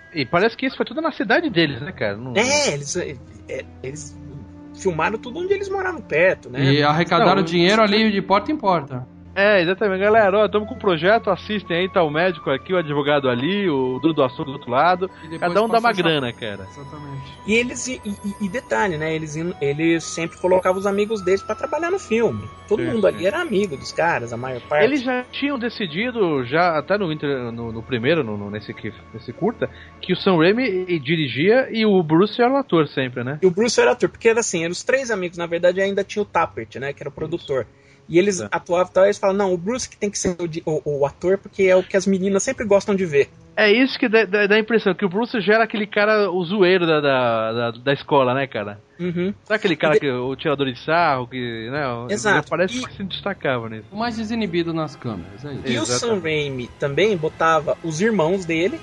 E parece que isso foi tudo na cidade deles, né, cara? Não... É, eles, é, eles filmaram tudo onde eles moravam perto, né? E arrecadaram Não, dinheiro ali de porta em porta. É, exatamente, galera, ó, estamos com um projeto, assistem aí, tá o médico aqui, o advogado ali, o dono do assunto do outro lado, cada um dá uma grana, cara. Exatamente. E eles, e, e, e detalhe, né, eles, eles sempre colocavam os amigos deles pra trabalhar no filme. Todo Sim, mundo sim. ali era amigo dos caras, a maior parte. Eles já tinham decidido, já até no, inter, no, no primeiro, no, no, nesse, nesse curta, que o Sam Raimi dirigia e o Bruce era o ator sempre, né? E o Bruce era ator, porque era assim, eram os três amigos, na verdade ainda tinha o Tappert, né, que era o produtor. E eles é. atuavam e tal, eles falam, não, o Bruce que tem que ser o, o, o ator, porque é o que as meninas sempre gostam de ver. É isso que dá, dá, dá a impressão, que o Bruce já era aquele cara, o zoeiro da, da, da, da escola, né, cara? Uhum. Sabe aquele cara, de... que, o tirador de sarro, que, né, exato. Parece e... que se destacava nisso. O mais desinibido nas câmeras, é isso. E Exatamente. O Sam Raimi também botava os irmãos dele,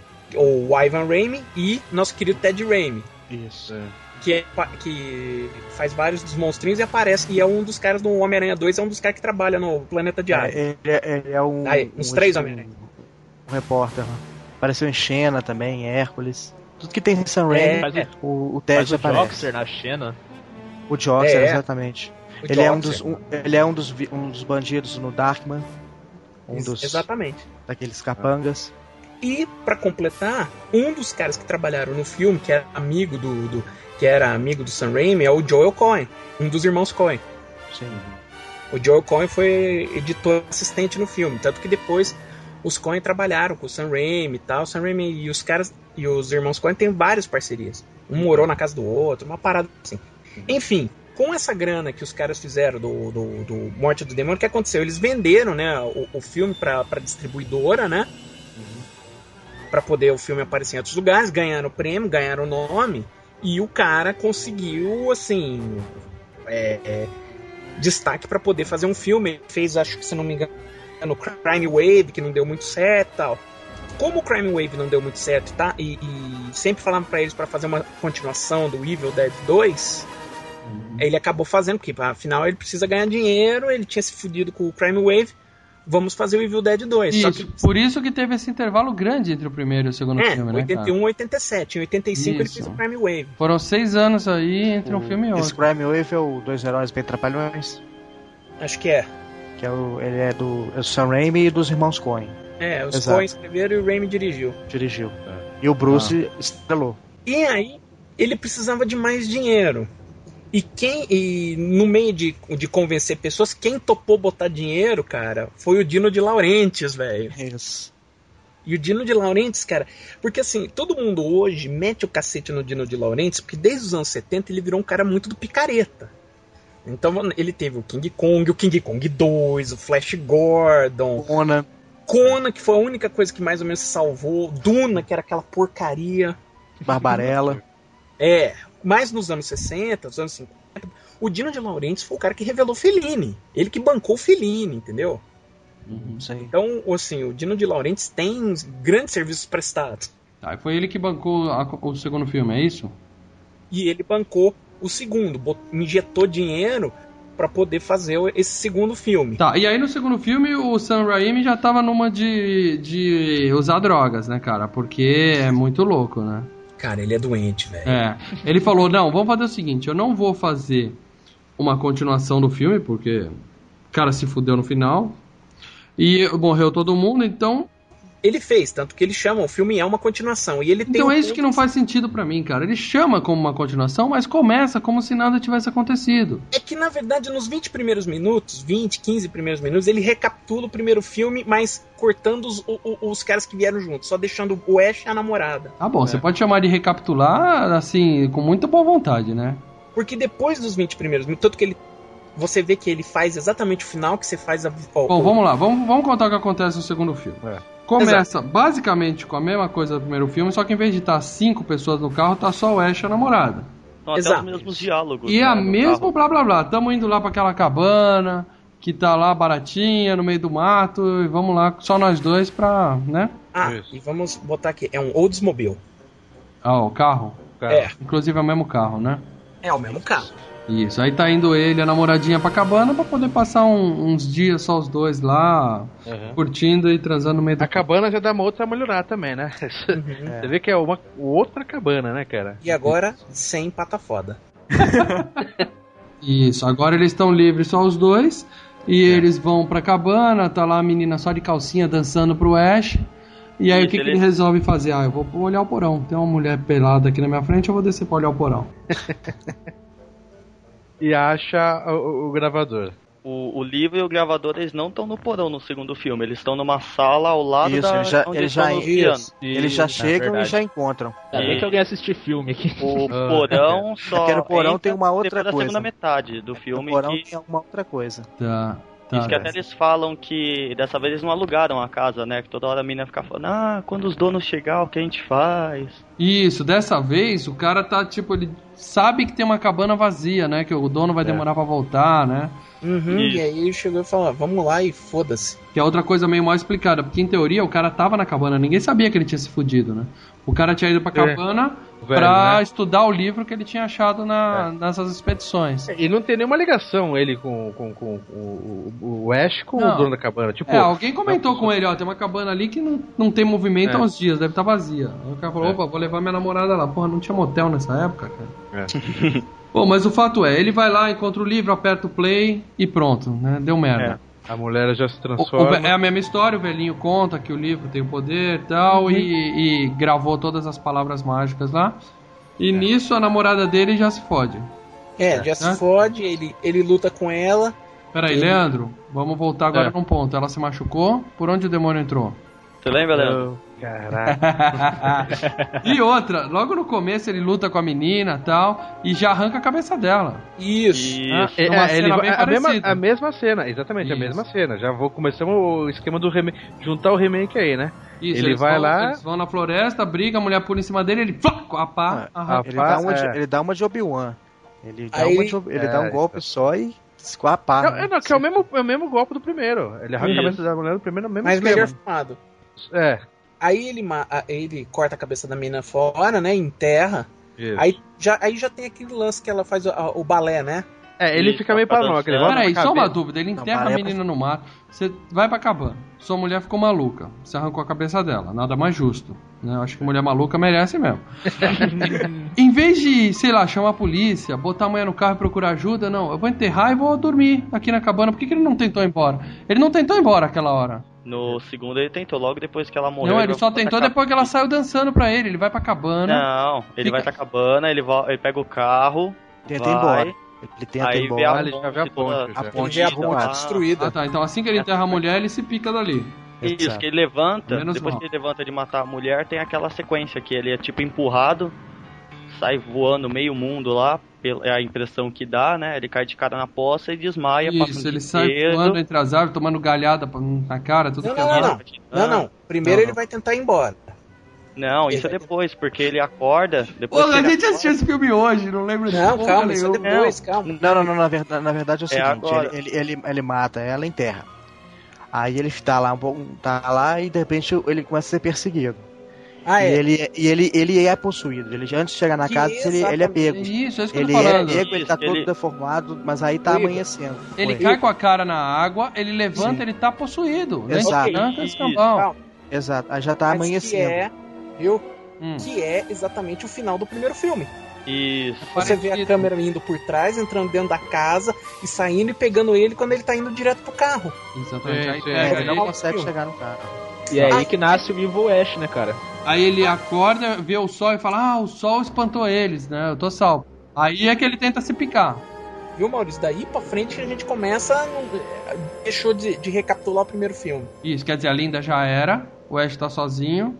o Ivan Raimi e nosso querido Ted Raimi. Isso, é. Que, é, que faz vários dos monstrinhos e aparece, e é um dos caras do Homem-Aranha dois, é um dos caras que trabalha no Planeta de Ares. É, ele, é, ele é um... Aí, uns um, três um, Homem-Aranha. Um repórter, né? Apareceu em Xena também, Hércules. Tudo que tem em Sam Raimi, é, o, o Ted o aparece. O Joxer na Xena. O Joxer, é, exatamente. O ele, Joxer. É um dos, um, ele é um dos, um dos bandidos no Darkman. Um Ex- dos... Exatamente. Daqueles capangas. E, pra completar, um dos caras que trabalharam no filme, que era amigo do... do que era amigo do Sam Raimi, é o Joel Cohen, um dos irmãos Cohen. Sim. O Joel Cohen foi editor assistente no filme, tanto que depois os Cohen trabalharam com o Sam Raimi e tal. O Sam Raimi e os caras e os irmãos Cohen têm várias parcerias. Um morou na casa do outro, uma parada assim. Enfim, com essa grana que os caras fizeram do, do, do Morte do Demônio, o que aconteceu? Eles venderam, né, o, o filme pra, pra distribuidora, né? Uhum. Pra poder o filme aparecer em outros lugares, ganharam o prêmio, ganharam o nome. E o cara conseguiu, assim, é, é, destaque para poder fazer um filme. Ele fez, acho que se não me engano, no Crime Wave, que não deu muito certo e tal. Como o Crime Wave não deu muito certo, tá? E, e sempre falavam para eles para fazer uma continuação do Evil Dead dois, uhum. Ele acabou fazendo, porque afinal ele precisa ganhar dinheiro, ele tinha se fudido com o Crime Wave. Vamos fazer o Evil Dead dois. Isso, só que... por isso que teve esse intervalo grande entre o primeiro e o segundo é, filme, né, oitenta e um e oitenta e sete. Em oitenta e cinco isso. Ele fez o Crime Wave. Foram seis anos aí entre o, um filme e outro. Esse Crime Wave é o Dois Heróis Bem Trapalhões? Acho que é. Que é o, ele é do, é do Sam Raimi e dos irmãos Coen. É, os Exato. Coen escreveram e o Raimi dirigiu. Dirigiu. É. E o Bruce ah. estrelou. E aí, ele precisava de mais dinheiro. E quem, e no meio de, de convencer pessoas, quem topou botar dinheiro, cara, foi o Dino de Laurentiis, velho. Isso. E o Dino de Laurentiis, cara, porque assim, todo mundo hoje mete o cacete no Dino de Laurentiis, porque desde os anos setenta ele virou um cara muito do picareta. Então ele teve o King Kong, o King Kong dois, o Flash Gordon, Conan. Conan, que foi a única coisa que mais ou menos se salvou, Duna, que era aquela porcaria. Barbarella. É, mas nos anos sessenta, nos anos cinquenta, o Dino de Laurentiis foi o cara que revelou Fellini. Ele que bancou o Fellini, entendeu? Uhum. Então, assim, o Dino de Laurentiis tem grandes serviços prestados. Ah, foi ele que bancou a, o segundo filme, é isso? E ele bancou o segundo, injetou dinheiro pra poder fazer esse segundo filme. Tá, e aí no segundo filme o Sam Raimi já tava numa de, de usar drogas, né, cara? Porque é muito louco, né? Cara, ele é doente, velho. É, ele falou, não, vamos fazer o seguinte, eu não vou fazer uma continuação do filme, porque o cara se fudeu no final, e morreu todo mundo, então... Ele fez, tanto que ele chama, o filme é uma continuação, e ele tem... Então um é isso ponto... que não faz sentido pra mim, cara, ele chama como uma continuação, mas começa como se nada tivesse acontecido. É que, na verdade, nos vinte primeiros minutos, vinte, quinze primeiros minutos, ele recapitula o primeiro filme, mas cortando os, os, os caras que vieram juntos, só deixando o Ash e a namorada. Ah, bom, é. Você pode chamar de recapitular, assim, com muita boa vontade, né? Porque depois dos vinte primeiros minutos, tanto que ele... Você vê que ele faz exatamente o final que você faz... A... Oh, bom, oh. vamos lá, vamos, vamos contar o que acontece no segundo filme. É. Começa Exato. basicamente com a mesma coisa do primeiro filme, só que em vez de estar cinco pessoas no carro, tá só o Ash e a namorada. Não, até Exato. os mesmos diálogos. E né, a mesmo carro. blá blá blá. Tamo indo lá pra aquela cabana que tá lá baratinha, no meio do mato, e vamos lá, só nós dois pra, né? Ah, Isso. E vamos botar aqui, é um Oldsmobile. Ah, o carro? É. Inclusive é o mesmo carro, né? É o mesmo carro. Isso, aí tá indo ele e a namoradinha pra cabana pra poder passar um, uns dias só os dois lá, uhum. curtindo e transando no meio da... A cabana já dá uma outra melhorada também, né? Uhum. Você vê que é uma outra cabana, né, cara? E agora, sem pata foda. Isso, agora eles estão livres só os dois, e é. eles vão pra cabana, tá lá a menina só de calcinha dançando pro Ash, e aí Isso, o que, ele... que ele resolve fazer? Ah, eu vou olhar o porão, tem uma mulher pelada aqui na minha frente, eu vou descer pra olhar o porão. E acha o, o gravador. O, o livro e o gravador, eles não estão no porão no segundo filme, eles estão numa sala ao lado isso, da eles já, onde eles eles já, isso, eles já chegam é e já encontram. Ainda bem que alguém assistiu filme aqui. O porão só Porque no porão tem uma outra coisa. Na segunda metade do filme. No porão que... tem uma outra coisa. Tá. Tá, Isso que até eles falam que dessa vez eles não alugaram a casa, né? Que toda hora a menina fica falando, ah, quando os donos chegar, o que a gente faz? Isso, dessa vez o cara tá tipo, ele sabe que tem uma cabana vazia, né? Que o dono vai é. demorar pra voltar, né? Uhum, e aí ele chegou e falou, vamos lá e foda-se. Que é outra coisa meio mal explicada, porque em teoria o cara tava na cabana, ninguém sabia que ele tinha se fudido, né? O cara tinha ido pra cabana é. Velho, pra né? estudar o livro que ele tinha achado na, é. nessas expedições. E não tem nenhuma ligação ele com, com, com, com o, o Ash com não. o dono da cabana. Tipo, é, alguém comentou não, com ele, ó, tem uma cabana ali que não, não tem movimento é. há uns dias, deve estar vazia. Aí o cara falou, é. opa, vou levar minha namorada lá. Porra, não tinha motel nessa época, cara. É. Bom, mas o fato é, ele vai lá, encontra o livro, aperta o play e pronto, né? Deu merda. É. A mulher já se transforma. O, o, é a mesma história, o velhinho conta que o livro tem o poder e tal, uhum. e, e gravou todas as palavras mágicas lá. E é. nisso a namorada dele já se fode. É, já é. se fode, ele, ele luta com ela. Peraí, ele... Leandro, vamos voltar agora é. num ponto. Ela se machucou, por onde o demônio entrou? Você lembra, Leandro? Oh, caraca. E outra, logo no começo ele luta com a menina e tal, e já arranca a cabeça dela. Isso. Isso. É, é, ele, a, mesma, a mesma cena, exatamente, Isso. a mesma cena. Já vou começamos o esquema do remake, juntar o remake aí, né? Isso, ele vai vão, lá... Eles vão na floresta, briga, a mulher pula em cima dele, ele... Com a pá, ah, a ele, pá, dá uma de, é. ele dá uma de Obi-Wan. Ele, dá, aí, uma de, ele é, dá um golpe isso. só e... Com a pá. É, não, que é o, mesmo, é o mesmo golpe do primeiro. Ele arranca Isso. a cabeça da mulher do primeiro, no mesmo Mas esquema. melhor filmado. É. Aí ele, ele corta a cabeça da menina fora, né? Enterra. Isso. Aí já, aí já tem aquele lance que ela faz o, o balé, né? É, ele Isso, fica meio paranoico. Peraí, só uma dúvida. Ele enterra não, a menina no mato. Você vai pra cabana. Sua mulher ficou maluca. Você arrancou a cabeça dela. Nada mais justo. Né? Eu acho que mulher maluca merece mesmo. Em vez de, sei lá, chamar a polícia, botar a mulher no carro e procurar ajuda, não. Eu vou enterrar e vou dormir aqui na cabana. Por que, que ele não tentou ir embora? Ele não tentou ir embora aquela hora. No segundo ele tentou, logo depois que ela morreu. Não, ele, ele só tentou depois que ela saiu dançando pra ele. Ele vai pra cabana. Não, ele fica... vai pra cabana, ele, vai, ele pega o carro, tenta ir embora. Ele tenta aí ir embora. Ele já vê a ponte. A ponte é a ponte destruída. Ah, tá. Então assim que ele enterra a mulher, ele se pica dali. Isso, Exato. que ele levanta, Menos depois mal. que ele levanta de matar a mulher, tem aquela sequência que ele é tipo empurrado, sai voando meio mundo lá, é a impressão que dá, né? Ele cai de cara na poça e desmaia. Isso, ele sai voando entre as árvores, tomando galhada na cara, tudo não, que não, é não, não, não, não. Primeiro não, ele não. vai tentar ir embora. Não, isso ele é depois, porque ele acorda. Depois Pô, a gente acorda... assistiu esse filme hoje, não lembro disso. Não, calma, isso é depois, calma. Não, não, não, na verdade, na verdade é o seguinte, é ele, ele, ele, ele mata ela, enterra. Aí ele tá lá um pouco, tá lá e de repente ele começa a ser perseguido. Ah, é? E ele, e ele, ele é possuído. Ele, antes de chegar na casa, ele, ele é pego. Isso, é isso que ele eu tô falando. Ele é pego, ele tá todo ele... deformado, mas aí tá amanhecendo. Ele cai com a cara na água, ele levanta, Sim. ele tá possuído. Exato. Né? Exato, aí já tá mas amanhecendo. Que é, viu? Hum. Que é exatamente o final do primeiro filme. Isso. Você vê a câmera indo por trás, entrando dentro da casa e saindo e pegando ele quando ele tá indo direto pro carro. Exatamente. Aí pega, é, ele não consegue chegar no carro. E é aí que nasce o Evil Ash, né, cara? Aí ele acorda, vê o sol e fala, ah, o sol espantou eles, né? Eu tô salvo. Aí é que ele tenta se picar. Viu, Maurício? Daí pra frente a gente começa. Deixou de, de recapitular o primeiro filme. Isso, quer dizer, a Linda já era, o Ash tá sozinho.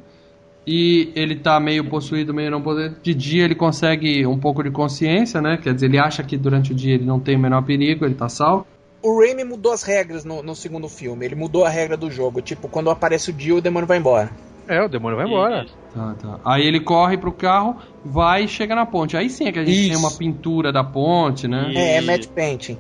E ele tá meio possuído, meio não possuído. De dia ele consegue um pouco de consciência, né? Quer dizer, ele acha que durante o dia ele não tem o menor perigo, ele tá salvo. O Raimi mudou as regras no, no segundo filme. Ele mudou a regra do jogo. Tipo, quando aparece o dia, o demônio vai embora. É, o demônio vai embora. Tá, tá. Aí ele corre pro carro, vai e chega na ponte. Aí sim é que a gente Isso. tem uma pintura da ponte, né? É, é matte painting.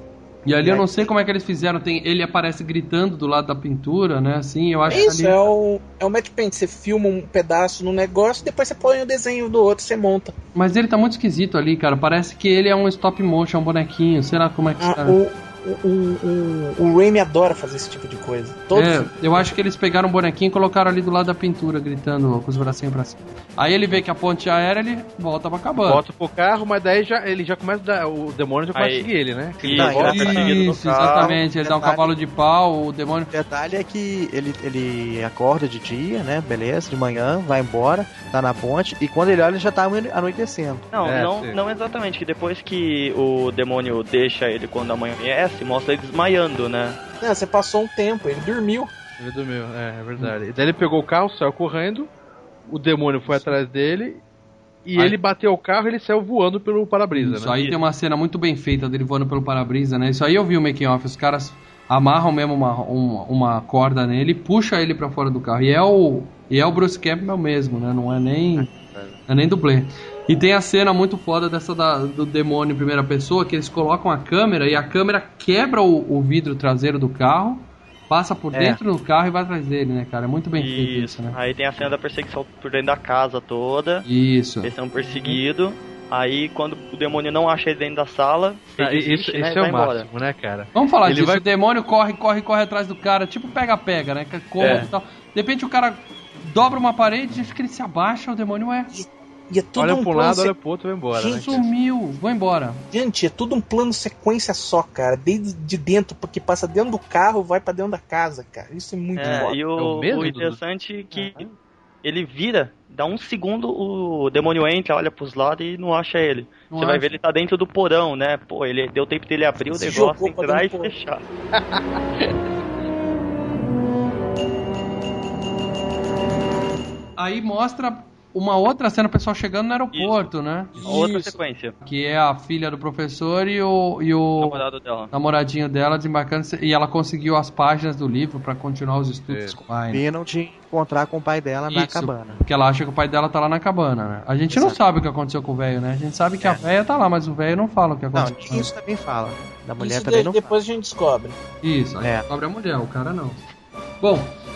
E ali é. eu não sei como é que eles fizeram. Tem, ele aparece gritando do lado da pintura, né? Assim, eu acho Isso, que ali... é o, é o Matt Paint. Você filma um pedaço no negócio, depois você põe o desenho do outro, você monta. Mas ele tá muito esquisito ali, cara. Parece que ele é um stop motion, um bonequinho. Sei lá como é que ah, está. O, o, o, o Raimi adora fazer esse tipo de coisa. Todo é, filme. eu acho que eles pegaram um bonequinho e colocaram ali do lado da pintura, gritando com os bracinhos pra cima. Aí ele vê que a ponte aérea, ele volta pra cabana. Volta pro carro, mas daí já, ele já começa a dar, o demônio já começa Aí, a seguir ele, né? Ele Não, volta isso, seguindo isso exatamente. Ele detalhe, dá um cavalo de pau, o demônio... O detalhe é que ele, ele acorda de dia, né? Beleza, de manhã, vai embora, tá na ponte, e quando ele olha, ele já tá anoitecendo. Não, é, não, não exatamente, que depois que o demônio deixa ele quando amanhece, mostra ele desmaiando, né? Não, você passou um tempo, ele dormiu. Ele dormiu, é, é verdade. E daí ele pegou o carro, saiu correndo, o demônio foi atrás dele, e aí ele bateu o carro e ele saiu voando pelo para-brisa, Isso né? aí tem uma cena muito bem feita dele voando pelo para-brisa, né? Isso aí eu vi o making off, os caras amarram mesmo uma, uma, uma corda nele e puxam ele pra fora do carro. E é o, e é o Bruce Campbell mesmo, né? Não é nem, é nem dublê. E tem a cena muito foda dessa da, do demônio em primeira pessoa, que eles colocam a câmera e a câmera quebra o, o vidro traseiro do carro, passa por É. dentro do carro e vai atrás dele, né, cara? É muito bem feito isso, né? Aí tem a cena da perseguição por dentro da casa toda. Isso. Eles são perseguidos. Aí quando o demônio não acha ele dentro da sala, Ah, ele isso desiste, né, isso e é vai o embora. máximo, né, cara? Vamos falar Ele disso, vai- o demônio corre, corre, corre atrás do cara, tipo pega-pega, né? Corre É. e tal. De repente o cara dobra uma parede, acho que ele se abaixa, o demônio é... E é tudo Olha um pra um plano lado, se- olha pro outro e vai embora, né? Gente, cara? Sumiu, vou embora. Gente, é tudo um plano sequência só, cara. Desde de dentro, porque passa dentro do carro, vai pra dentro da casa, cara. Isso é muito É, foda. e É o, o mesmo, o Dudu? interessante é que ele vira, dá um segundo, o demônio entra, olha pros lados e não acha ele. Não Você vai acha. ver ele tá dentro do porão, né? Pô, ele deu tempo dele abrir o Se negócio, jogou pra entrar e dentro do porão. fechar. Aí mostra uma outra cena, o pessoal chegando no aeroporto, né? Outra Isso. sequência. Que é a filha do professor e o, e o Namorado dela. namoradinho dela desembarcando. E ela conseguiu as páginas do livro pra continuar os estudos Isso. com o pai. Viram de encontrar com o pai dela na Isso, cabana. Porque ela acha que o pai dela tá lá na cabana, né? A gente não Exato. sabe o que aconteceu com o velho, né? A gente sabe que a É. velha tá lá, mas o velho não fala o que Não, aconteceu. isso também fala. Da mulher Isso também de- não depois a gente descobre. Isso, aí É. descobre a mulher, o cara não. Bom,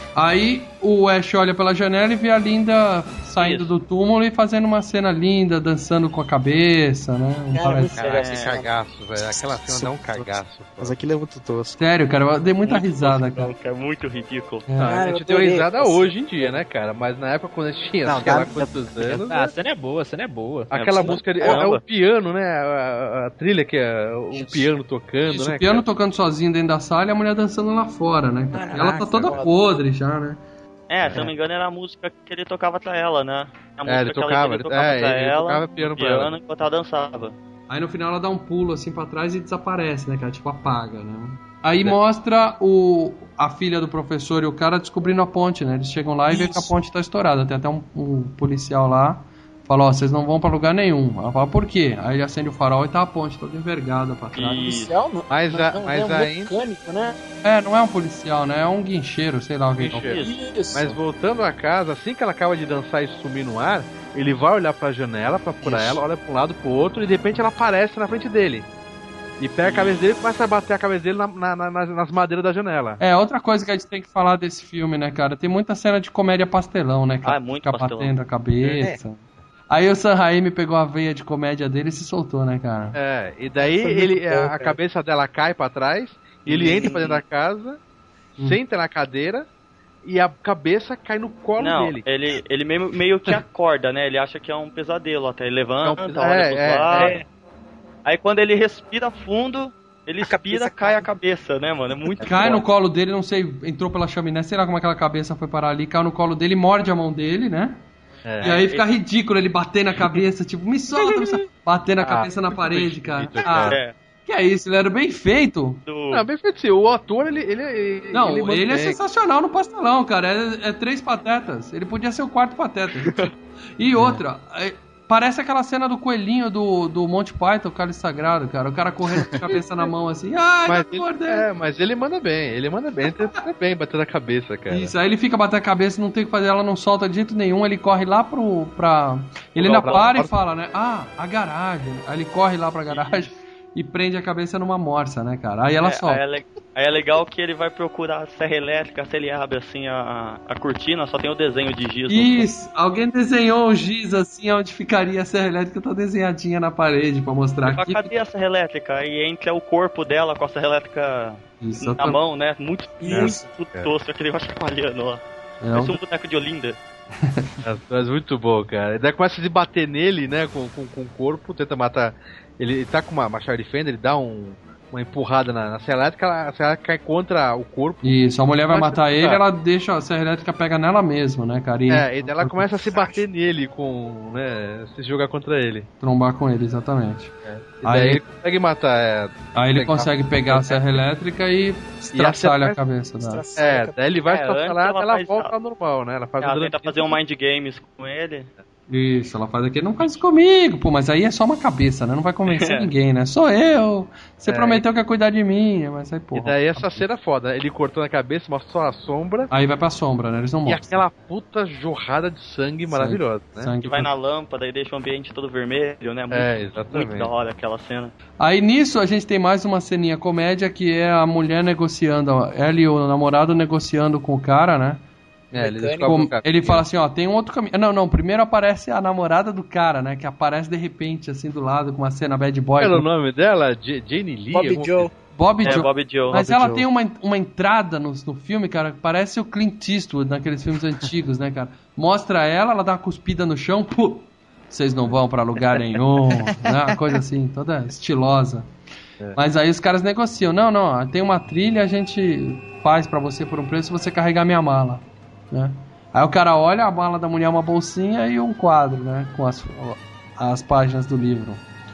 aí o Ash olha pela janela e vê a Linda saindo Isso. do túmulo e fazendo uma cena linda, dançando com a cabeça, né? Não Cara, parece- muito Caraca, É. que cagaço, velho. Aquela cena dá um cagaço. Mas aquilo é muito tosco. Sério, cara, eu dei muita Muito risada, tosco, cara. não, cara. Muito ridículo. É. Não, Ah, a eu gente deu adorei risada essa. hoje em dia, né, cara? Mas na época quando a gente tinha, Não, sei lá dá- quantos anos. Ah, a cena é boa, a cena é boa. Aquela É, música de, é, caramba. é o piano, né? A, a- a trilha que é o Isso. piano tocando, Isso, né? o piano cara? tocando sozinho dentro da sala e a mulher dançando lá fora, né? cara? Caraca, Ela tá toda foda. podre já, né? É, se eu não me engano era a música que ele tocava pra ela, né? A É, ele música que ela- tocava, ele ele- tocava é, pra ele ela, tocava piano no pra ela. piano enquanto ela dançava. Aí no final ela dá um pulo assim pra trás e desaparece, né, cara? Tipo, apaga, né? Aí É. mostra o, a filha do professor e o cara descobrindo a ponte, né? Eles chegam lá e vê que a Isso. ponte tá estourada. Tem até um, um policial lá. Fala, ó, vocês não vão pra lugar nenhum. Ela fala, por quê? Aí ele acende o farol e tá a ponte toda envergada pra trás. E- Policial não, Mas não, a- não, mas é um ainda- mecânico, né? É, não é um policial, né? É um guincheiro, sei lá o que Guincheiro. é. Isso. Mas voltando à casa, assim que ela acaba de dançar e sumir no ar, ele vai olhar pra janela, pra procurar Isso. ela, olha pra um lado, pro outro, e de repente ela aparece na frente dele. E pega a cabeça dele e começa a bater a cabeça dele na- na- na- nas, nas madeiras da janela. É, outra coisa que a gente tem que falar desse filme, né, cara? Tem muita cena de comédia pastelão, né? Que Ah, ela é muito fica pastelão. batendo a cabeça. Aí o Sam Raimi pegou a veia de comédia dele e se soltou, né, cara? É, e daí Foi muito ele, bom, a, a cara. cabeça dela cai pra trás, e ele entra pra dentro da casa, Hum. senta na cadeira, e a cabeça cai no colo Não, dele. ele, ele meio, meio que acorda, né? Ele acha que é um pesadelo até. Ele levanta, É um- olha é, pros é, lados. é. Aí quando ele respira fundo, ele A expira, cabeça cai cai. a cabeça, né, mano? É muito Cai no foda. colo dele, não sei, entrou pela chaminé, sei lá como aquela cabeça foi parar ali, caiu no colo dele, morde a mão dele, né? É. E aí fica ridículo ele bater na cabeça, tipo, me solta, me solta. Bater na Ah, cabeça na muito parede, bem cara. feito, Ah, cara. É, que é isso, ele era bem feito. do... Não, bem feito, sim. O ator, ele. ele, ele Não, ele, manda é bem. sensacional no pastelão, cara. É, é três patetas. Ele podia ser o quarto pateta. E outra, é, parece aquela cena do coelhinho do, do Monty Python, o Cálice Sagrado, cara. O cara correndo com a cabeça na mão assim. Ai, Mas tá ele, mordendo. é, mas ele manda bem, ele manda bem, ele tenta bem bater na cabeça, cara. Isso, aí ele fica batendo a cabeça, não tem o que fazer, ela não solta de jeito nenhum, ele corre lá pro. pra. Ele Não, ainda pra- para pra- e fala, né? Ah, a garagem. Aí ele corre lá pra garagem e prende a cabeça numa morsa, né, cara? Aí ela é, solta. Aí é, aí é legal que ele vai procurar a serra elétrica, se ele abre assim a, a cortina, só tem o desenho de giz. Isso, alguém desenhou um giz assim, onde ficaria a serra elétrica, tá desenhadinha na parede pra mostrar aqui. Cadê a serra elétrica? Aí entra o corpo dela com a serra elétrica Isso, na tô... mão, né? Muito, Isso, muito é. tosco, aquele chacoalhando lá. É Parece um... um boneco de Olinda. Mas muito bom, cara. E daí começa a se bater nele, né, com, com, com o corpo, tenta matar. Ele tá com uma, uma Charlie Fender, ele dá um, uma empurrada na, na serra elétrica, a serra elétrica cai contra o corpo. Isso, a mulher vai matar ele, ela deixa a serra elétrica pega nela mesma, né, cara? E é, e daí ela começa a se bater nele, com, né, se jogar contra ele. Trombar com ele, exatamente. É. E daí aí ele consegue matar. É, aí ele consegue pegar a serra elétrica e estraçalha a, a cabeça dela. É, daí ele vai estraçalhar e ela volta ao normal, né? Ela, faz ela tenta fazer um mind games com ele. Isso, ela faz aqui, não faz isso comigo, pô, mas aí é só uma cabeça, né? Não vai convencer ninguém, né? Sou eu, você é, prometeu que ia cuidar de mim, mas aí, pô. E daí essa cena é foda, ele cortou na cabeça, mostra só a sombra. Aí vai pra sombra, né? Eles não mostram. E aquela puta jorrada de sangue, sangue maravilhosa, né? Sangue que vai na lâmpada e deixa o ambiente todo vermelho, né? Muito, é, exatamente. Muito da hora aquela cena. Aí nisso a gente tem mais uma ceninha comédia, que é a mulher negociando, ela e o namorado negociando com o cara, né? É, ele, Como, ele fala assim, ó, tem um outro caminho. Não, não, primeiro aparece a namorada do cara, né? Que aparece de repente, assim, do lado, com uma cena bad boy. Qual era o nome dela? J- Jane Lee? Bob Joe. Bob é, Joe. Bob Joe. Mas Bob ela Joe. tem uma, uma entrada no, no filme, cara, que parece o Clint Eastwood naqueles filmes antigos, né, cara? Mostra ela, ela dá uma cuspida no chão, pô, vocês não vão pra lugar nenhum, né? Uma coisa assim, toda estilosa. É. Mas aí os caras negociam. Não, não, tem uma trilha, a gente faz pra você por um preço se você carregar minha mala, né? Aí o cara olha, a mala da mulher é uma bolsinha e um quadro, né? Com as, as páginas do livro.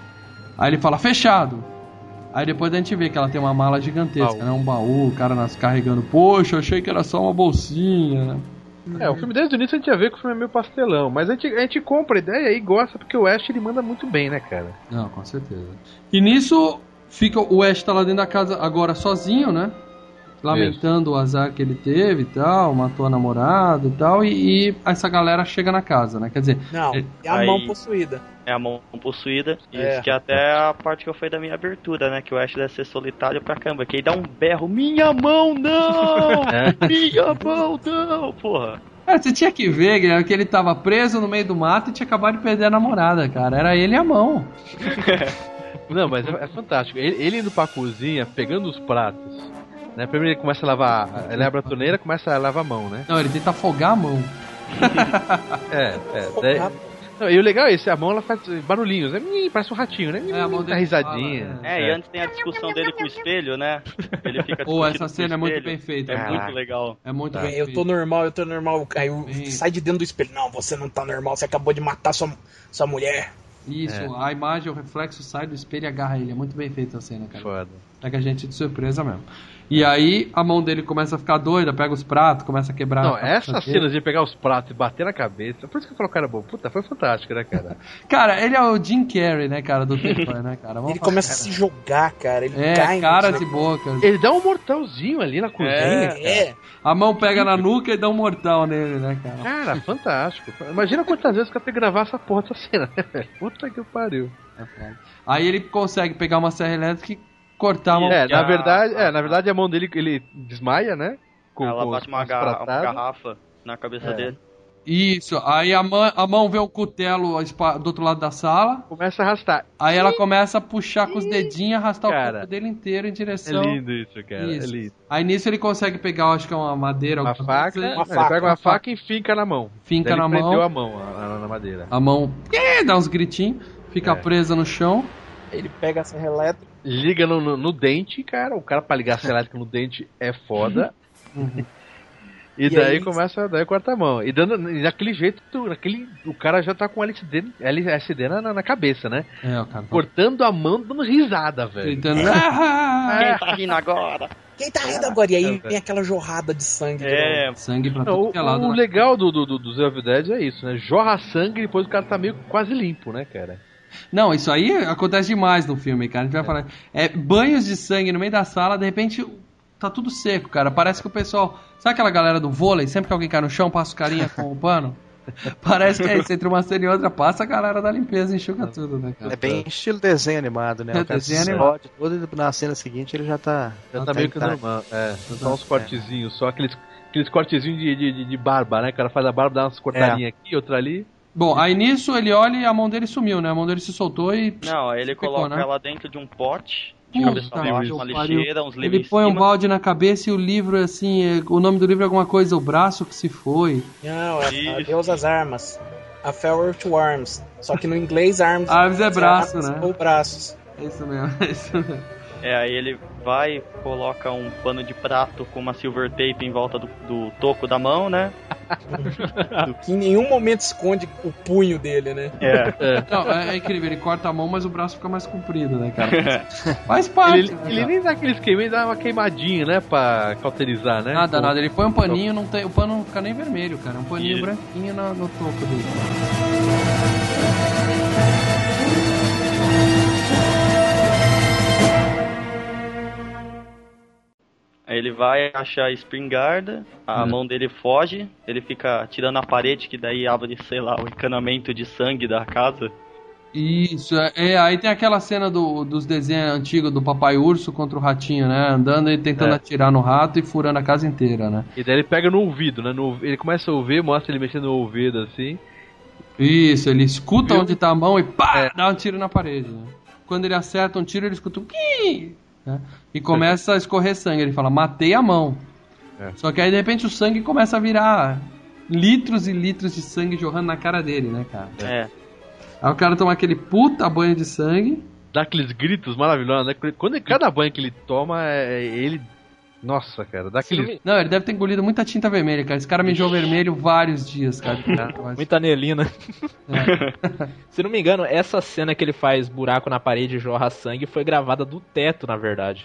Aí ele fala, fechado. Aí depois a gente vê que ela tem uma mala gigantesca, baú. né? Um baú, o cara nas, carregando. Poxa, eu achei que era só uma bolsinha. É, o filme desde o início a gente já vê que o filme é meio pastelão. Mas a gente, a gente compra a ideia e gosta porque o Ash ele manda muito bem, né, cara? Não, com certeza. E nisso, fica, o Ash tá lá dentro da casa agora sozinho, né? Lamentando Isso. o azar que ele teve e tal, matou a namorada e tal, e, e essa galera chega na casa, né? Quer dizer... Não, é a aí, mão possuída. É a mão possuída, é. Isso que até é a parte que eu falei da minha abertura, né? Que o Ash deve ser solitário pra caramba, que aí dá um berro, minha mão não! É. Minha mão não! Porra! Cara, você tinha que ver Guilherme, que ele tava preso no meio do mato e tinha acabado de perder a namorada, cara. Era ele e a mão. Não, mas é, é fantástico. Ele, ele indo pra cozinha, pegando os pratos... Né? Primeiro ele começa a lavar, ele abre a torneira, começa a lavar a mão, né? Não, ele tenta afogar a mão. é, é. Daí, não, e o legal é esse, a mão ela faz barulhinhos, né? Parece um ratinho, né? É, a mão dá risadinha. Fala, é. É, e antes tem a discussção dele com o espelho, né? Ele fica Pô, essa cena é muito bem feita. É cara. muito legal. É muito tá. bem Eu tô normal, eu tô normal. Aí eu sai de dentro do espelho. Não, você não tá normal, você acabou de matar sua, sua mulher. Isso, é. A imagem, o reflexo sai do espelho e agarra ele. É muito bem feita a cena, cara. Foda. Pega a gente de surpresa mesmo. E aí a mão dele começa a ficar doida, pega os pratos, começa a quebrar. Não, essas cenas de pegar os pratos e bater na cabeça, por isso que eu falo, cara, bom, puta, foi fantástico, né, cara? Cara, ele é o Jim Carrey, né, cara, do Tempo, né, cara? Vamos ele começa cara. a se jogar, cara, ele é, cai. caras e bocas. Ele dá um mortalzinho ali na cozinha. É, é. A mão pega na nuca e dá um mortal nele, né, cara? Cara, fantástico. Imagina quantas vezes que eu tenho que gravar essa porra dessa cena, né? Puta que pariu. É foda. Aí ele consegue pegar uma serra elétrica e cortar a mão. É, na verdade, é, na verdade a mão dele ele desmaia, né? Com, Ela com bate uma, garra, uma garrafa na cabeça é. dele. Isso, aí a mão, a mão vê o cutelo do outro lado da sala. Começa a arrastar. Aí ela começa a puxar com os dedinhos, arrastar cara, o corpo dele inteiro em direção. É lindo isso, cara. Isso. É lindo. Aí nisso ele consegue pegar, acho que é uma madeira. Uma faca. Uma ele faca. pega uma faca e finca na mão. Finca Daí na ele mão. prendeu a mão a, a, na madeira. A mão dá uns gritinhos, fica é. presa no chão. Ele pega a serra elétrica. Liga no, no, no dente, cara. O cara pra ligar a serra elétrica no dente é foda. Uhum. E, e daí aí, começa, daí corta a mão. E dando e daquele jeito, naquele, o cara já tá com L S D, L S D na, na cabeça, né? É, o cara. Cortando a mão, dando risada, velho. Gritando. Quem tá rindo agora? Quem tá rindo agora? E aí vem aquela jorrada de sangue. É, de sangue pra não, tudo que é lado. O, o legal do, do, do Zero Dead é isso, né? Jorra sangue e depois o cara tá meio quase limpo, né, cara? Não, isso aí acontece demais no filme, cara. A gente vai é. falar. É, banhos de sangue no meio da sala, de repente tá tudo seco, cara. Parece que o pessoal. Sabe aquela galera do vôlei? Sempre que alguém cai no chão, passa o carinha com o pano? Parece que é isso, entre uma cena e outra, passa a galera da limpeza e enxuga tudo, né, cara? É bem estilo desenho animado, né? É, o cara desenho se animado. todo e na cena seguinte ele já tá... Já tá meio que normal, é. Só uns cortezinhos, só aqueles, aqueles cortezinhos de, de, de barba, né? O cara faz a barba, dá umas cortadinhas é. aqui, outra ali. Bom, aí nisso ele olha e a mão dele sumiu, né? A mão dele se soltou e... Não, aí ele ficou, coloca né? ela dentro de um pote... De Puta, cabeça baixa, uma lixeira, uns livros Ele em põe cima. um balde na cabeça e o livro, assim, é, o nome do livro é alguma coisa, o braço que se foi. Não, é Adeus às armas. A Farewell to Arms. Só que no inglês, arms, arms é braço, arms né? Ou braços. É isso mesmo, é isso mesmo. É, aí ele vai, coloca um pano de prato com uma silver tape em volta do, do toco da mão, né? Que em nenhum momento esconde o punho dele, né? É. é. Não, é, é incrível, ele corta a mão, mas o braço fica mais comprido, né, cara? Faz parte. Ele, né, ele nem dá aquele esquema, ele dá uma queimadinha, né? Pra cauterizar, né? Nada, Pô. nada. Ele põe um paninho, não tem, o pano não fica nem vermelho, cara. É um paninho Isso. branquinho no, no toco dele. Aí ele vai achar a espingarda, a hum. mão dele foge, ele fica tirando a parede, que daí abre, sei lá, o encanamento de sangue da casa. Isso, é, é aí tem aquela cena do, dos desenhos antigos do Papai Urso contra o ratinho, né? Andando e tentando é. atirar no rato e furando a casa inteira, né? E daí ele pega no ouvido, né? No, ele começa a ouvir, mostra ele mexendo no ouvido, assim. Isso, ele escuta Viu? onde tá a mão e pá, é. dá um tiro na parede, né? Quando ele acerta um tiro, ele escuta um pi, né? E começa a escorrer sangue. Ele fala, matei a mão. É. Só que aí, de repente, o sangue começa a virar litros e litros de sangue jorrando na cara dele, né, cara? É. Aí o cara toma aquele puta banho de sangue. Dá aqueles gritos maravilhosos, né? Quando cada banho que ele toma, é ele... Nossa, cara, dá aquele... Não, ele deve ter engolido muita tinta vermelha, cara. Esse cara mijou vermelho vários dias, cara. Muita anelina. É. Se não me engano, essa cena que ele faz buraco na parede e jorra sangue foi gravada do teto, na verdade.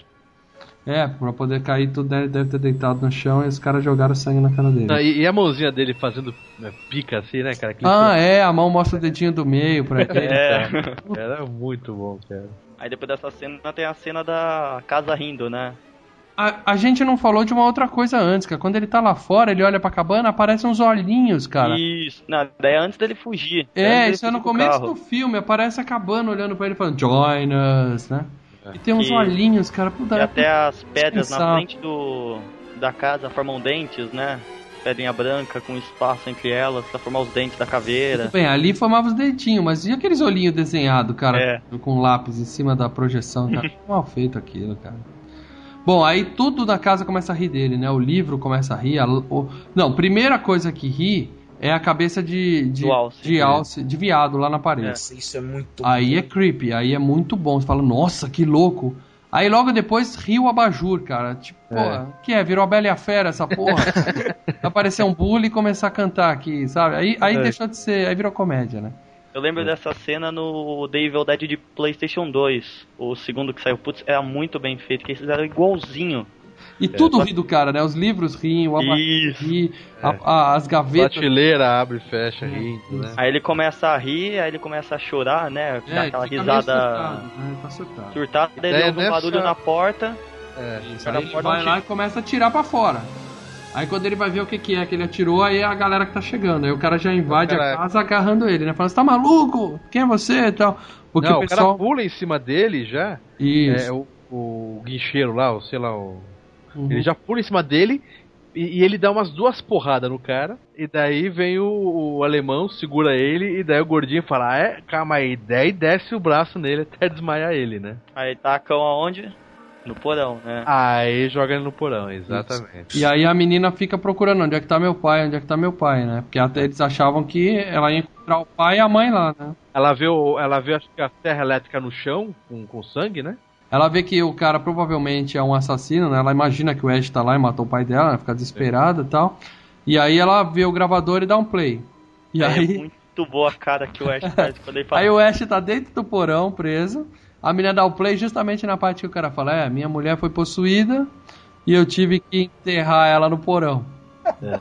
É, pra poder cair, tudo deve, deve ter deitado no chão e os caras jogaram sangue na cara dele. Não, e, e a mãozinha dele fazendo né, pica assim, né, cara? Aquele ah, é, a mão mostra o dedinho do meio pra ele. É. Era muito bom, cara. Aí depois dessa cena tem a cena da casa rindo, né? A, a gente não falou de uma outra coisa antes, cara. Quando ele tá lá fora, ele olha pra cabana, aparecem uns olhinhos, cara. Isso, não, daí é antes dele fugir. É, isso é no começo do filme, aparece a cabana olhando pra ele falando, join us, né? E tem uns que... olhinhos, cara. Puta, e até as pedras pensar. na frente do da casa formam dentes, né? Pedrinha branca com espaço entre elas pra formar os dentes da caveira. Tudo bem, ali formava os dentinhos, mas e aqueles olhinhos desenhados, cara, é. com lápis em cima da projeção, cara? Mal feito aquilo, cara. Bom, aí tudo na casa começa a rir dele, né? O livro começa a rir. A... O... Não, primeira coisa que ri é a cabeça de de, alce, de, alce, de viado lá na parede. Nossa, isso é muito Aí bom. é creepy, aí é muito bom. Você fala, nossa, que louco. Aí logo depois ri o abajur, cara. Tipo, é. porra, que é? Virou a Bela e a Fera essa porra? Aparecer um bully e começar a cantar aqui, sabe? Aí, aí é. deixou de ser, aí virou comédia, né? Eu lembro é. dessa cena no The Evil Dead de PlayStation dois. O segundo que saiu, putz, era muito bem feito, que eles fizeram igualzinho. E é, tudo ri do cara, né? Os livros riem, o abajur ri, a, a, as gavetas... A prateleira abre e fecha, é. rindo, né? Aí ele começa a rir, aí ele começa a chorar, né? Dá é, aquela risada surtado, né? Tá surtado. surtada, daí ele ouve um barulho na porta. É, isso, aí ele porta vai lá e começa a tirar pra fora. Aí quando ele vai ver o que, que é que ele atirou, aí é a galera que tá chegando. Aí o cara já invade a casa agarrando ele, né? Falando, você tá maluco? Quem é você e tal? Porque Não, o pessoal... cara pula em cima dele já. Isso. É, o, o guincheiro lá, o sei lá, o... Uhum. Ele já pula em cima dele e, e ele dá umas duas porradas no cara. E daí vem o, o alemão, segura ele, e daí o gordinho fala, ah, é, calma aí, daí desce o braço nele até desmaiar ele, né? Aí tacam aonde? No porão, né? Aí joga ele no porão, exatamente. Isso. E aí a menina fica procurando onde é que tá meu pai, onde é que tá meu pai, né? Porque até eles achavam que ela ia encontrar o pai e a mãe lá, né? Ela vê, o, ela vê acho que a serra elétrica no chão, com, com sangue, né? Ela vê que o cara provavelmente é um assassino, né? Ela imagina que o Ash tá lá e matou o pai dela, ela fica desesperada e tal. E aí ela vê o gravador e dá um play. E é aí... muito boa a cara que o Ash faz quando ele fala. Aí o Ash tá dentro do porão, preso. A menina dá o play justamente na parte que o cara fala, é, minha mulher foi possuída e eu tive que enterrar ela no porão. É.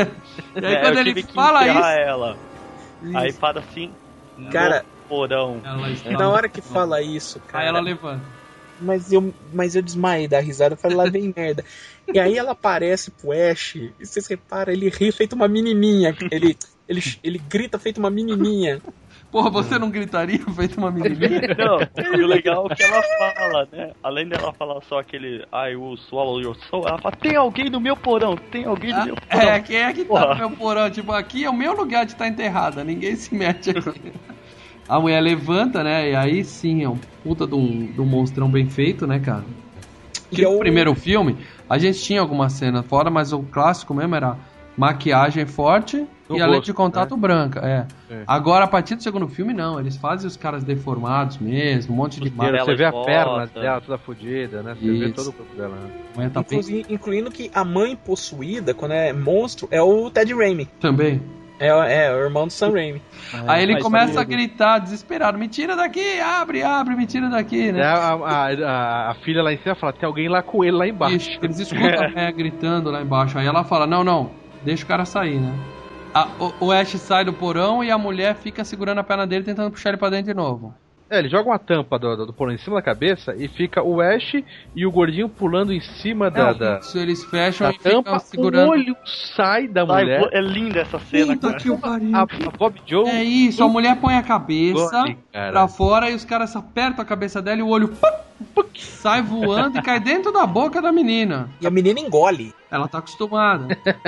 E aí é, quando eu ele tive que fala isso... ela. Isso. Aí para assim, cara, no porão. Na hora que fala isso, cara... Aí ela levanta. Mas eu, mas eu desmaiei da risada, eu falei, lá vem merda. E aí ela aparece pro Ash, e vocês reparam, ele ri feito uma menininha. Ele, Ele, ele grita feito uma menininha. Porra, você não gritaria feito uma menininha? Não, o legal é que ela fala, né? Além dela falar só aquele I will swallow your soul, ela fala, tem alguém no meu porão, tem alguém no meu porão. É, quem é que tá Porra. no meu porão? Tipo, aqui é o meu lugar de estar enterrada, ninguém se mete aqui. A mulher levanta, né? E aí sim, é um puta de um, de um monstrão bem feito, né, cara? Que no primeiro filme, a gente tinha alguma cena fora, mas o clássico mesmo era maquiagem forte no e a lente de contato né? branca. É. é. Agora, a partir do segundo filme, não. Eles fazem os caras deformados mesmo, um monte de marca. Você vê a perna dela toda fodida, né? Você Isso. vê todo o corpo dela. Né? Tá Inclusive, bem... Incluindo que a mãe possuída, quando é monstro, é o Ted Raimi. Também. É, é, o irmão do Sam Raimi. É, aí ele começa a gritar, desesperado, me tira daqui, abre, abre, me tira daqui, né? A, a, a, a filha lá em cima fala, tem alguém lá com ele lá embaixo. Isso, eles escutam a mulher gritando lá embaixo. Aí ela fala, não, não, deixa o cara sair, né? A, o, o Ash sai do porão e a mulher fica segurando a perna dele, tentando puxar ele pra dentro de novo. É, ele joga uma tampa do, do, do porão em cima da cabeça e fica o Ash e o gordinho pulando em cima da, da, isso, eles fecham da e tampa, segurando. O olho sai da Ai, mulher. É linda essa cena, Puta cara. Que o pariu. A, a Bob Joe. É isso, a mulher põe a cabeça Gole, pra fora e os caras apertam a cabeça dela e o olho pum, pum, sai voando e cai dentro da boca da menina. E a menina engole. Ela tá acostumada.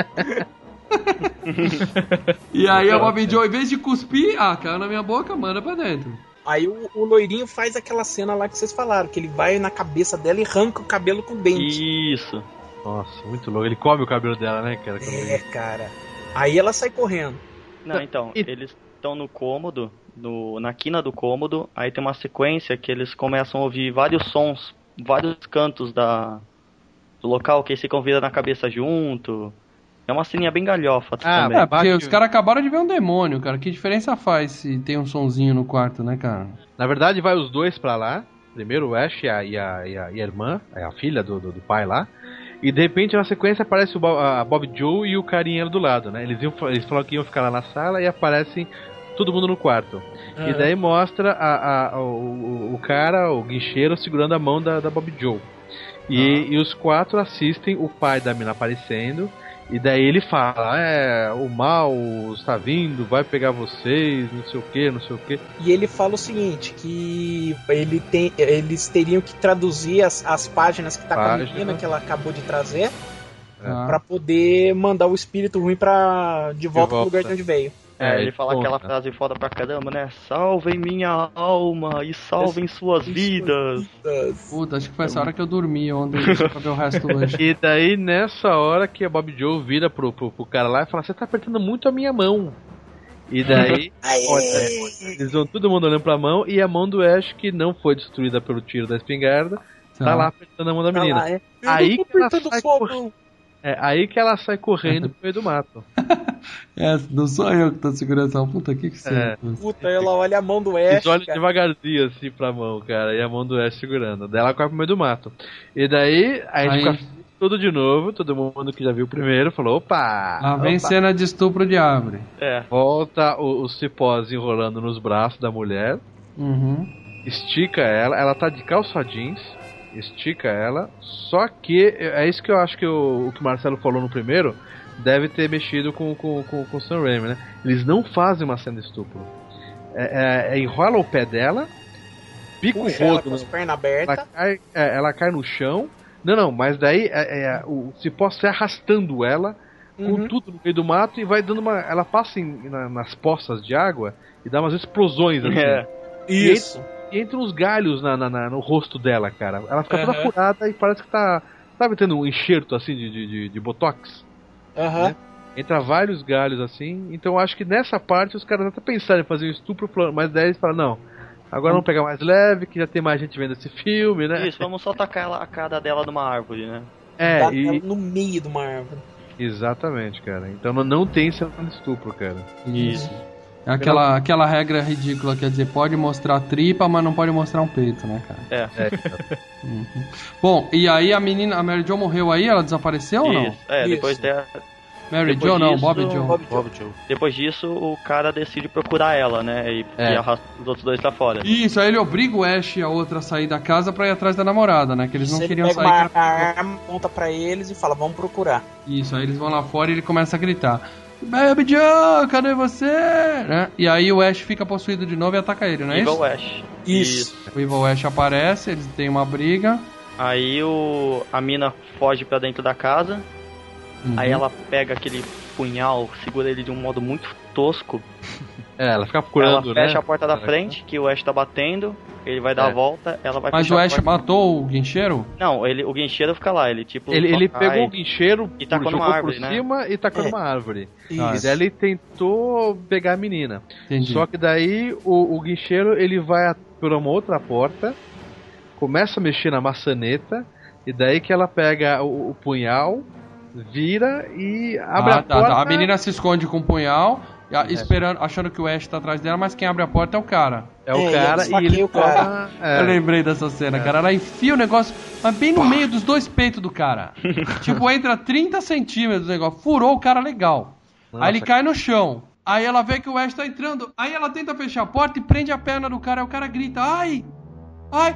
E aí a Bob Joe, em vez de cuspir, ah, caiu na minha boca, manda pra dentro. Aí o, o loirinho faz aquela cena lá que vocês falaram, que ele vai na cabeça dela e arranca o cabelo com o dente. Isso. Nossa, muito louco. Ele come o cabelo dela, né, cara? É, cara. Aí ela sai correndo. Não, então, e... eles estão no cômodo, no, na quina do cômodo, aí tem uma sequência que eles começam a ouvir vários sons, vários cantos da, do local, que eles ficam virando na cabeça junto. É uma ceninha bem galhofa ah, também. É, porque os caras acabaram de ver um demônio, cara. Que diferença faz se tem um sonzinho no quarto, né, cara? Na verdade, vai os dois pra lá. Primeiro o Ash e a, e a, e a, e a irmã, a filha do, do, do pai lá. E de repente, na sequência, aparece o Bob, a Bob Joe e o carinha do lado, né? Eles, iam, eles falaram que iam ficar lá na sala e aparecem todo mundo no quarto. Uhum. E daí mostra a, a, o, o cara, o guincheiro, segurando a mão da, da Bob Joe. E, uhum. e os quatro assistem o pai da mina aparecendo. E daí ele fala, é, o mal está vindo, vai pegar vocês, não sei o que, não sei o que. E ele fala o seguinte, que ele tem, eles teriam que traduzir as, as páginas que tá Página. com a menina que ela acabou de trazer, é. pra poder mandar o espírito ruim pra, de volta, de volta. pro lugar de onde veio. É, ele fala aquela frase foda pra caramba, né? Salvem minha alma e salvem suas vidas. Puta, acho que foi essa hora que eu dormi ontem pra ver o resto hoje. E daí, nessa hora que a Bob Joe vira pro, pro, pro cara lá e fala, você tá apertando muito a minha mão. E daí, olha, eles vão todo mundo olhando pra mão e a mão do Ash, que não foi destruída pelo tiro da espingarda, tá, tá lá apertando a mão da menina. Tá lá, é. Aí que ela sai correndo. É aí que ela sai correndo pro meio do mato. É, não sou eu que tô segurando essa puta aqui que você. É. Puta, ela olha a mão do Ash. Eles olham devagarzinho assim pra mão, cara, e a mão do Ash segurando. Daí ela corre pro meio do mato. E daí a gente aí... fica tudo de novo, todo mundo que já viu o primeiro falou: opa! Lá vem opa. Cena de estupro de árvore. É. Volta o, o cipós enrolando nos braços da mulher. Uhum. Estica ela, ela tá de calça jeans. Estica ela, só que é isso que eu acho que o, o que o Marcelo falou no primeiro deve ter mexido com, com, com, com o Sam Raimi, né? Eles não fazem uma cena de estupro. É, é, enrola o pé dela, pica o rodo, com as pernas abertas. Ela cai, é, ela cai no chão. Não, não, mas daí é, é, o cipó sai arrastando ela com uhum. tudo no meio do mato e vai dando uma. Ela passa em, na, nas poças de água e dá umas explosões assim. É. Isso. E E entra uns galhos na, na, na, no rosto dela, cara. Ela fica uhum. toda furada e parece que tá... Sabe, tendo um enxerto, assim, de, de, de botox? Aham. Uhum. Né? Entra vários galhos, assim. Então eu acho que nessa parte os caras até pensaram em fazer um estupro, mas daí eles falam, não, agora vamos pegar mais leve, que já tem mais gente vendo esse filme, né? Isso, vamos só tacar a cara dela numa árvore, né? É, e... no meio de uma árvore. Exatamente, cara. Então não tem cena de estupro, cara. Isso. É aquela, aquela regra ridícula, quer dizer, pode mostrar tripa, mas não pode mostrar um peito, né, cara? É. é. Uhum. Bom, e aí a menina, a Mary Jo morreu aí? Ela desapareceu ou não? Isso, é, Isso. depois dela... Mary Jo não, Bob Jo. Bob Jo. Depois disso, o cara decide procurar ela, né, e, é. e arrasta os outros dois pra fora. Isso, aí ele obriga o Ash e a outra a sair da casa pra ir atrás da namorada, né, que eles não Você queriam pega sair. Uma pra... arma, aponta pra eles e fala, vamos procurar. Isso, aí eles vão lá fora e ele começa a gritar. Baby Joe, cadê você? Né? E aí o Ash fica possuído de novo e ataca ele, não é Evil isso? Ash. Isso. O Evil Ash aparece, eles têm uma briga. Aí o... a mina foge pra dentro da casa. Uhum. Aí ela pega aquele punhal, segura ele de um modo muito tosco. É, ela fica procurando, ela fecha né? a porta da frente, que o Ash tá batendo. Ele vai dar é. a volta, ela vai Mas o Ash matou o guincheiro? Não, ele, o guincheiro fica lá, ele tipo... Ele, ele pegou o guincheiro e tacou numa árvore, por né? cima e tacou é. numa árvore. Isso. E daí ele tentou pegar a menina. Entendi. Só que daí o, o guincheiro, ele vai por uma outra porta, começa a mexer na maçaneta, e daí que ela pega o, o punhal, vira e abre ah, a tá, porta... Tá. A menina se esconde com o punhal... Esperando, achando que o Ash tá atrás dela, mas quem abre a porta é o cara. É o é, cara e ele o cara. É. Eu lembrei dessa cena, é. cara. Ela enfia o negócio, mas bem no Pá. meio dos dois peitos do cara. Tipo, entra trinta centímetros do negócio. Furou o cara legal. Nossa. Aí ele cai no chão. Aí ela vê que o Ash tá entrando. Aí ela tenta fechar a porta e prende a perna do cara. Aí o cara grita, ai, ai.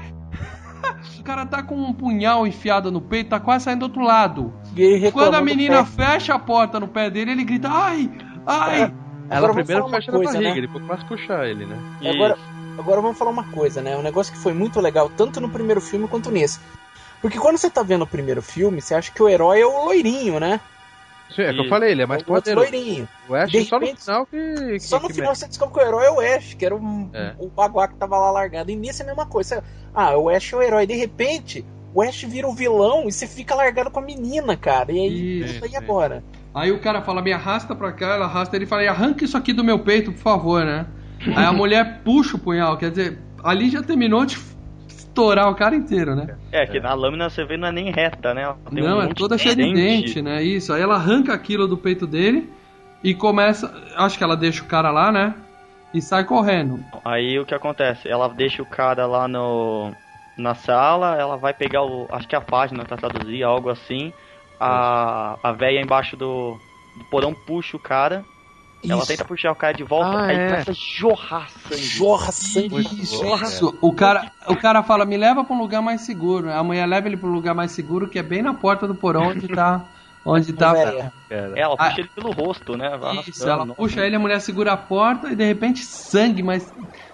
O cara tá com um punhal enfiado no peito, tá quase saindo do outro lado. Quando a menina fecha a porta no pé dele, ele grita, ai, ai. É. Ela primeiro fecha na barriga, né? Ele começa a puxar ele, né? Agora, agora vamos falar uma coisa, né? Um negócio que foi muito legal, tanto no primeiro filme quanto nesse. Porque quando você tá vendo o primeiro filme, você acha que o herói é o loirinho, né? Sim, é que eu falei, ele é mais poderoso. Loirinho. O Ash de só repente, no final que... que só no que final mexe. você descobre que o herói é o Ash, que era o, é. o baguá que tava lá largado. E nesse é a mesma coisa. Você, ah, o Ash é o herói. De repente, o Ash vira o vilão e você fica largado com a menina, cara. E aí, isso, isso aí agora... Aí o cara fala, me arrasta pra cá, ela arrasta, ele fala, arranca isso aqui do meu peito, por favor, né? Aí a mulher puxa o punhal, quer dizer, ali já terminou de estourar o cara inteiro, né? É, que na lâmina você vê não é nem reta, né? Tem não, um é toda cheia de dente, né? Isso, aí ela arranca aquilo do peito dele e começa, acho que ela deixa o cara lá, né? E sai correndo. Aí o que acontece? Ela deixa o cara lá no na sala, ela vai pegar o, acho que a página pra traduzir, algo assim. A, a véia embaixo do, do porão puxa o cara. Isso. Ela tenta puxar o cara de volta, ah, aí é. começa a jorrar sangue. Jorra sangue. Isso, isso. O cara, o cara fala, me leva pra um lugar mais seguro. A mulher leva ele pra um lugar mais seguro, que é bem na porta do porão onde tá. Onde tá. É, ela puxa ah, ele pelo rosto, né? Vai isso, ela puxa ele, a mulher segura a porta e de repente sangue, mas.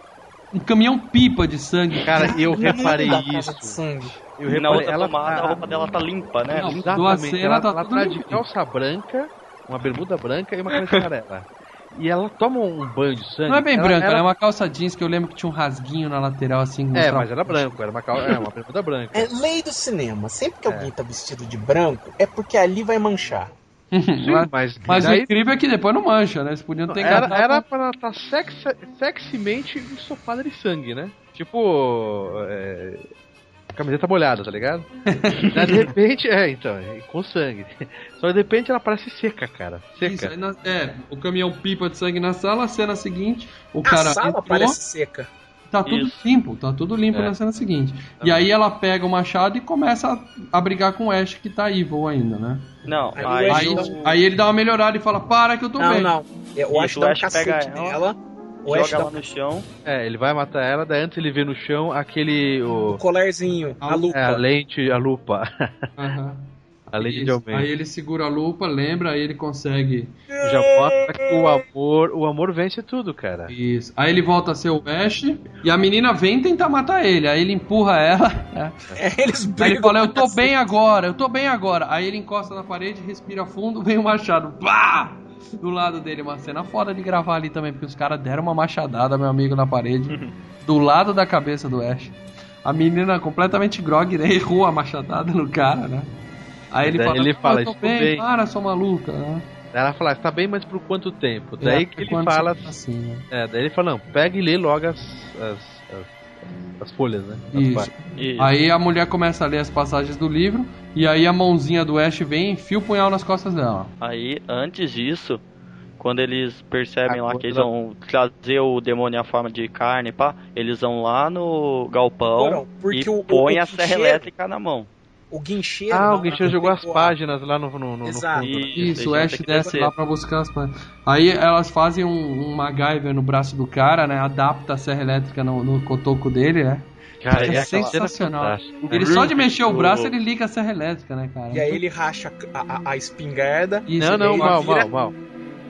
Um caminhão pipa de sangue. Cara, eu reparei isso. Eu reparei, na outra ela, tomada, a roupa dela tá limpa, né? Não, exatamente. Cena, ela tá ela tá de calça branca, uma bermuda branca e uma camisa amarela. E ela toma um banho de sangue. Não é bem ela, branca, ela... é uma calça jeans que eu lembro que tinha um rasguinho na lateral, assim. É, mas era branco, era uma, calça, é, uma bermuda branca. É lei do cinema. Sempre que é. alguém tá vestido de branco, é porque ali vai manchar. Sim, mas mas daí... o incrível é que depois não mancha, né? Eles podiam ter Era, era pra ela estar sexy, seximente ensopada de sangue, né? Tipo. É... Camiseta molhada, tá ligado? De repente, é, então, com sangue. Só de repente ela parece seca, cara. Seca. Isso, na, é, o caminhão pipa de sangue na sala, a cena seguinte, o a cara. A sala entrou, parece seca. Tá tudo Isso. limpo, tá tudo limpo é. na cena seguinte. Tá e bom. Aí ela pega o machado e começa a, a brigar com o Ash, que tá evil ainda, né? Não, aí, aí, não... aí ele dá uma melhorada e fala, para que eu tô não, bem. Não, não, eu acho que o Ash pega ela. O Ash joga ela no chão. É, ele vai matar ela, daí antes ele vê no chão aquele... O, o colarzinho, a, a lupa. É, a lente, a lupa. Aham. Uhum. A lente de aumento. Aí ele segura a lupa, lembra, aí ele consegue... Já mostra que o amor, o amor vence tudo, cara. Isso. Aí ele volta a ser o Ash, e a menina vem tentar matar ele, aí ele empurra ela. Né? É, eles brigam. Aí ele fala, eu tô bem agora, eu tô bem agora. Aí ele encosta na parede, respira fundo, vem o machado. Pá! Do lado dele, uma cena foda de gravar ali também, porque os caras deram uma machadada, meu amigo, na parede, do lado da cabeça do Ash. A menina completamente grog, né? Errou a machadada no cara, né? Aí ele fala, ele fala, eu tô bem, bem, para, sua maluca, né? Ela fala, tá bem, mas por quanto tempo? Daí é, que ele fala assim, né? É, daí ele fala, não, pega e lê logo as, as, as, as folhas, né? As Isso. Isso. Aí a mulher começa a ler as passagens do livro, e aí a mãozinha do Ash vem e enfia o punhal nas costas dela. Aí, antes disso, quando eles percebem a lá que eles vão trazer o demônio à forma de carne, pá, eles vão lá no galpão Porra, e o, põem o, o a serra cheiro. elétrica na mão. O guincheiro. Ah, o guincheiro jogou as páginas lá no, no, no Exato. no fundo. Isso, o Ash desce lá pra buscar as páginas. Aí elas fazem um, um MacGyver no braço do cara, né? Adapta a serra elétrica no, no cotoco dele, né? Cara, é, é sensacional. Ele só de mexer o braço, ele liga a serra elétrica, né, cara? E aí ele racha a, a, a espingarda. Isso, não, não, mal, vira... mal, mal.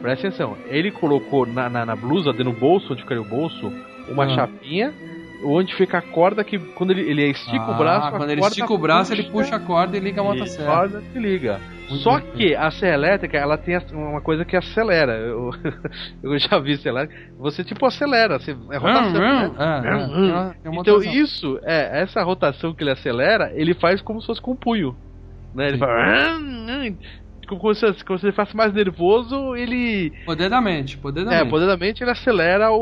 presta atenção, ele colocou na, na, na blusa, no bolso, onde ficaria o bolso, uma ah. chapinha, onde fica a corda que quando ele, ele estica ah, o braço, quando ele estica o braço, puxa, ele puxa a corda e liga a motosserra. A corda que liga. Muito Só bem. que a serra elétrica, ela tem uma coisa que acelera. Eu, eu já vi serra elétrica. Você tipo acelera, você, é rotação. Hum, né? é, é, hum. é então isso, é, essa rotação que ele acelera, ele faz como se fosse com o punho. Né? Ele fala... Como se, como se ele fosse mais nervoso, ele... Poder da mente, poder da mente. É, poder da mente, ele acelera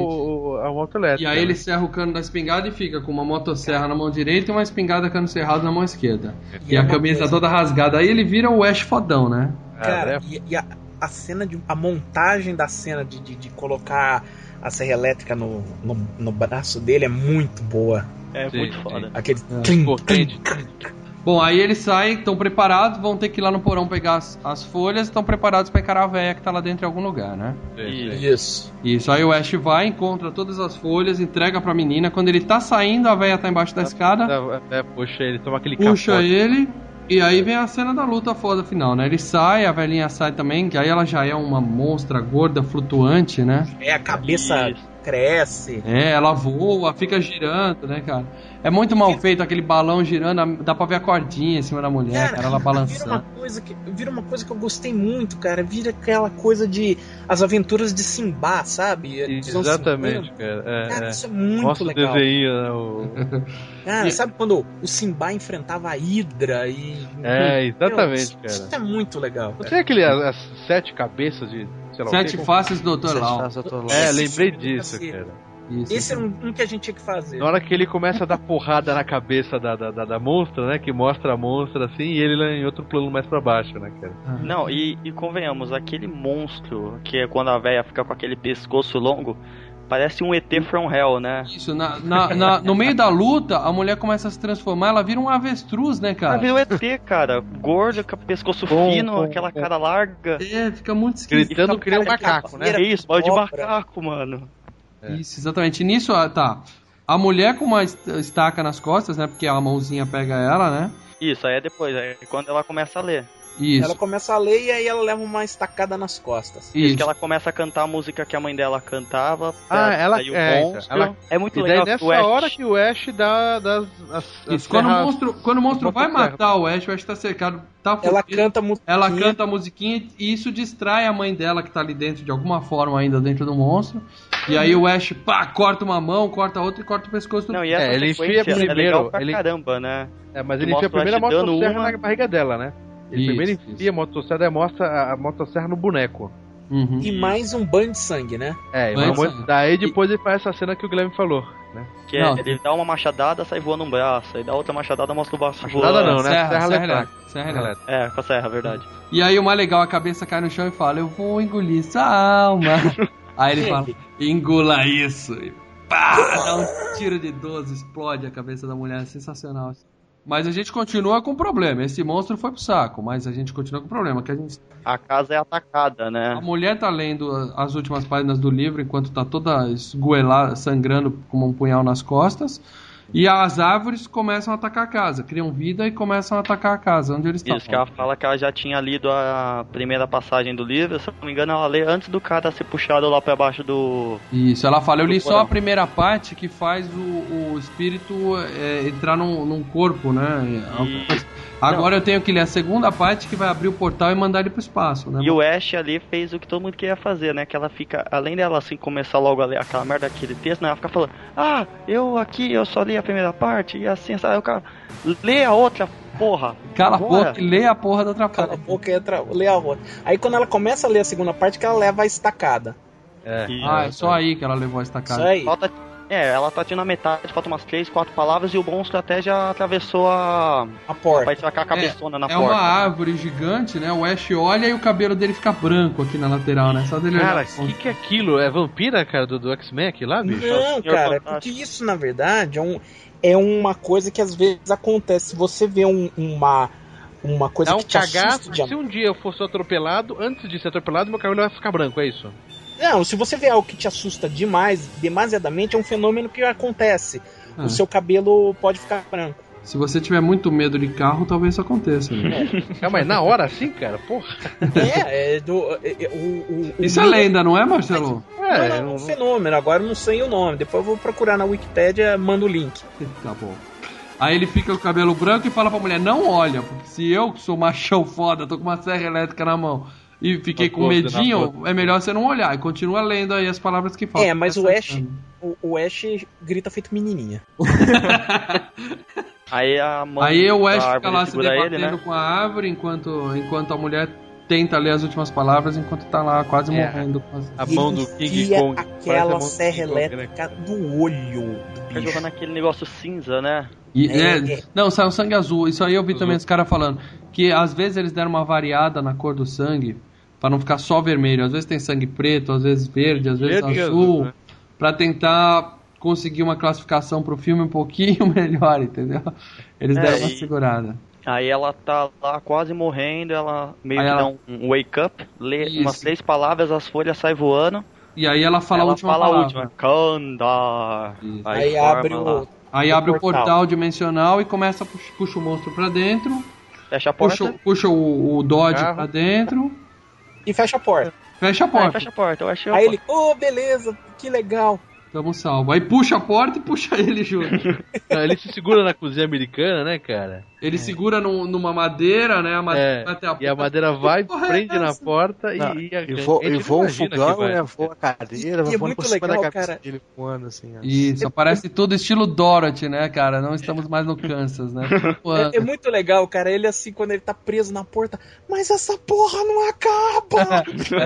o, a moto elétrica. E aí né? ele serra o cano da espingarda e fica com uma motosserra na mão direita e uma espingarda cano cerrado na mão esquerda. E, e a camisa coisa... toda rasgada. Aí ele vira o Ash fodão, né? Cara, é, e, e a, a cena de... A montagem da cena de, de, de colocar a serra elétrica no, no, no braço dele é muito boa. É sim, muito foda. Aquele... É. Trim, trim, trim. Bom, aí eles saem, estão preparados, vão ter que ir lá no porão pegar as, as folhas, estão preparados pra encarar a véia que tá lá dentro em algum lugar, né? Isso. Isso, aí o Ash vai, encontra todas as folhas, entrega pra menina. Quando ele tá saindo, a véia tá embaixo da escada. É, puxa ele, toma aquele Puxa capote. ele, e aí vem a cena da luta foda final, né? Ele sai, a velhinha sai também, que aí ela já é uma monstra gorda, flutuante, né? É, a cabeça... Isso. Cresce. É, ela voa, fica girando, né, cara? É muito mal feito aquele balão girando, dá pra ver a cordinha em cima da mulher, cara, cara ela balançando. Vira uma, coisa que, vira uma coisa que eu gostei muito, cara. Vira aquela coisa de As Aventuras de Simba, sabe? Exatamente, cara. É, cara, é. isso é muito Mostra legal. O desenho, né, o... Cara, sabe quando o Simba enfrentava a Hydra e... É, exatamente, Meu, cara. Isso é muito legal. Não tem aquele, as, as sete cabeças de... Lá, Sete faces do doutor Lau. É, lembrei disso, cara. Isso, Esse é um, um que a gente tinha que fazer. Na hora que ele começa a dar porrada na cabeça da, da, da, da monstra, né? Que mostra a monstra assim, e ele lá em outro plano mais pra baixo, né, cara? Não, e, e convenhamos, aquele monstro, que é quando a véia fica com aquele pescoço longo, parece um E T from Hell, né? Isso, na, na, na, no meio da luta, a mulher começa a se transformar, ela vira um avestruz, né, cara? Ela vira um E T, cara. Gordo, com pescoço bom, fino, bom, aquela bom. cara larga. É, fica muito esquisito. Gritando que nem um macaco, né? É isso, pode de macaco, mano. É. Isso, exatamente. E nisso, tá. A mulher com uma estaca nas costas, né? Porque a mãozinha pega ela, né? Isso, aí é depois, aí é quando ela começa a ler. Isso. Ela começa a ler e aí ela leva uma estacada nas costas. Isso, Isso que ela começa a cantar a música que a mãe dela cantava. Ah, ela, é, monstro, ela é muito legal. E nessa hora que o Ash dá das as, as Isso, quando o monstro, quando o monstro vai matar o Ash, o Ash tá cercado, tá ela canta a musiquinha. Ela canta a musiquinha e isso distrai a mãe dela que tá ali dentro de alguma forma ainda dentro do monstro. E aí o Ash, pá, corta uma mão, corta outra e corta o pescoço do... Não, e essa é, ele enfia primeiro, é legal pra ele... caramba, né? É, mas ele enfia primeiro a motosserra uma... na barriga dela, né? Ele isso, primeiro enfia isso. a motosserra e mostra a motosserra no boneco. Uhum. E mais um banho de sangue, né? É, banho de sangue. Daí depois ele faz essa cena que o Guilherme falou, né? Que é, ele dá uma machadada, sai voando um braço, aí dá outra machadada, mostra o braço voando. Machadada não, né? Serra, serra, serra, serra, serra, serra É, com a serra, verdade. E aí o mais legal, a cabeça cai no chão e fala, eu vou engolir sua alma. Aí ele fala, engula isso. E pá, dá um tiro de doze, explode a cabeça da mulher, é sensacional. Mas a gente continua com o problema. Esse monstro foi pro saco, mas a gente continua com o problema. Que a, gente... a casa é atacada, né? A mulher tá lendo as últimas páginas do livro enquanto tá toda esgoelada, sangrando com um punhal nas costas. E as árvores começam a atacar a casa, criam vida e começam a atacar a casa, onde eles estão. Isso, que ela fala que ela já tinha lido a primeira passagem do livro, se eu não me engano ela lê antes do cara ser puxado lá pra baixo do... Isso, ela fala, eu li só a primeira parte que faz o, o espírito é, entrar num, num corpo, né? E... Agora não. Eu tenho que ler a segunda parte que vai abrir o portal e mandar ele pro espaço, né? E o Ash ali fez o que todo mundo queria fazer, né? Que ela fica, além dela assim começar logo a ler aquela merda daquele texto, né? Ela fica falando, ah, eu aqui, eu só li a primeira parte, e assim, sabe? O cara, lê a outra, porra. Cala a boca e lê a porra da outra parte. Cala a boca e entra, lê a outra. Aí quando ela começa a ler a segunda parte, que ela leva a estacada. É. Ah, é só aí que ela levou a estacada. Isso aí. Falta... É, ela tá tendo a metade, falta umas três, quatro palavras e o monstro até já atravessou a... A porta. Vai tacar a cabeçona é, na é porta. É uma árvore gigante, né? O Ash olha e o cabelo dele fica branco aqui na lateral, né? Só dele cara, o que, que é aquilo? É vampira, cara, do, do X-Men aqui lá, bicho? Não, cara, porque isso, na verdade, é, um, é uma coisa que às vezes acontece. Se você vê um, uma... Uma coisa Dá um que te cagaço, de... se um dia eu fosse atropelado, antes de ser atropelado, meu cabelo vai ficar branco, é isso? Não, se você vê algo que te assusta demais, demasiadamente, é um fenômeno que acontece. Ah. O seu cabelo pode ficar branco. Se você tiver muito medo de carro, talvez isso aconteça. Né? É, mas na hora assim, cara, porra. É, é do. É, é, o, o, isso o é lenda, não é, Marcelo? É, não, não, é um fenômeno. Agora eu não sei o nome. Depois eu vou procurar na Wikipédia, mando o link. Tá bom. Aí ele fica com o cabelo branco e fala pra mulher: não olha, porque se eu, que sou machão foda, tô com uma serra elétrica na mão e fiquei com medinho, é melhor você não olhar. E continua lendo aí as palavras que falam. É, mas o Ash, o, o Ash grita feito menininha. Aí a mão Aí o Ash fica lá se ele, debatendo né? com a árvore enquanto, enquanto a mulher tenta ler as últimas palavras enquanto tá lá quase é, morrendo. A mão do King Kong. Aquela serra elétrica Kong, né? Do olho do bicho. Tá jogando aquele negócio cinza, né? E, é, é, não, sai um sangue azul. Isso aí eu vi azul. Também os caras falando. Que às vezes eles deram uma variada na cor do sangue pra não ficar só vermelho. Às vezes tem sangue preto, às vezes verde, às vezes verde azul. azul né? Pra tentar conseguir uma classificação pro filme um pouquinho melhor, entendeu? Eles é, deram uma e... segurada. Aí ela tá lá quase morrendo, ela meio aí que ela... dá um wake up, lê Isso. umas três palavras, as folhas saem voando. E aí ela fala ela a última fala palavra. A última. Kandar. Aí, aí abre o... Lá. Aí o abre portal. o portal dimensional e começa a puxar puxa o monstro pra dentro. Fecha a porta. Puxa, puxa o, o Dodge Carro. pra dentro. E fecha a porta. Fecha a porta. Aí fecha a porta, eu achei. Aí ele, ô, oh, beleza, que legal. Tamo salvo. Aí puxa a porta e puxa ele junto. Não, ele se segura na cozinha americana, né, cara? Ele é. segura no, numa madeira, né? A madeira é, até a e a madeira vai, prende na porta e... Não, e, a, e voa, e voa o fogão, né? Voa a cadeira, vai é voando por cima legal, da cabeça dele voando, assim. Ó. Isso, parece tudo estilo Dorothy, né, cara? Não estamos mais no Kansas, né? É, é muito legal, cara. Ele assim, quando ele tá preso na porta, mas essa porra não acaba!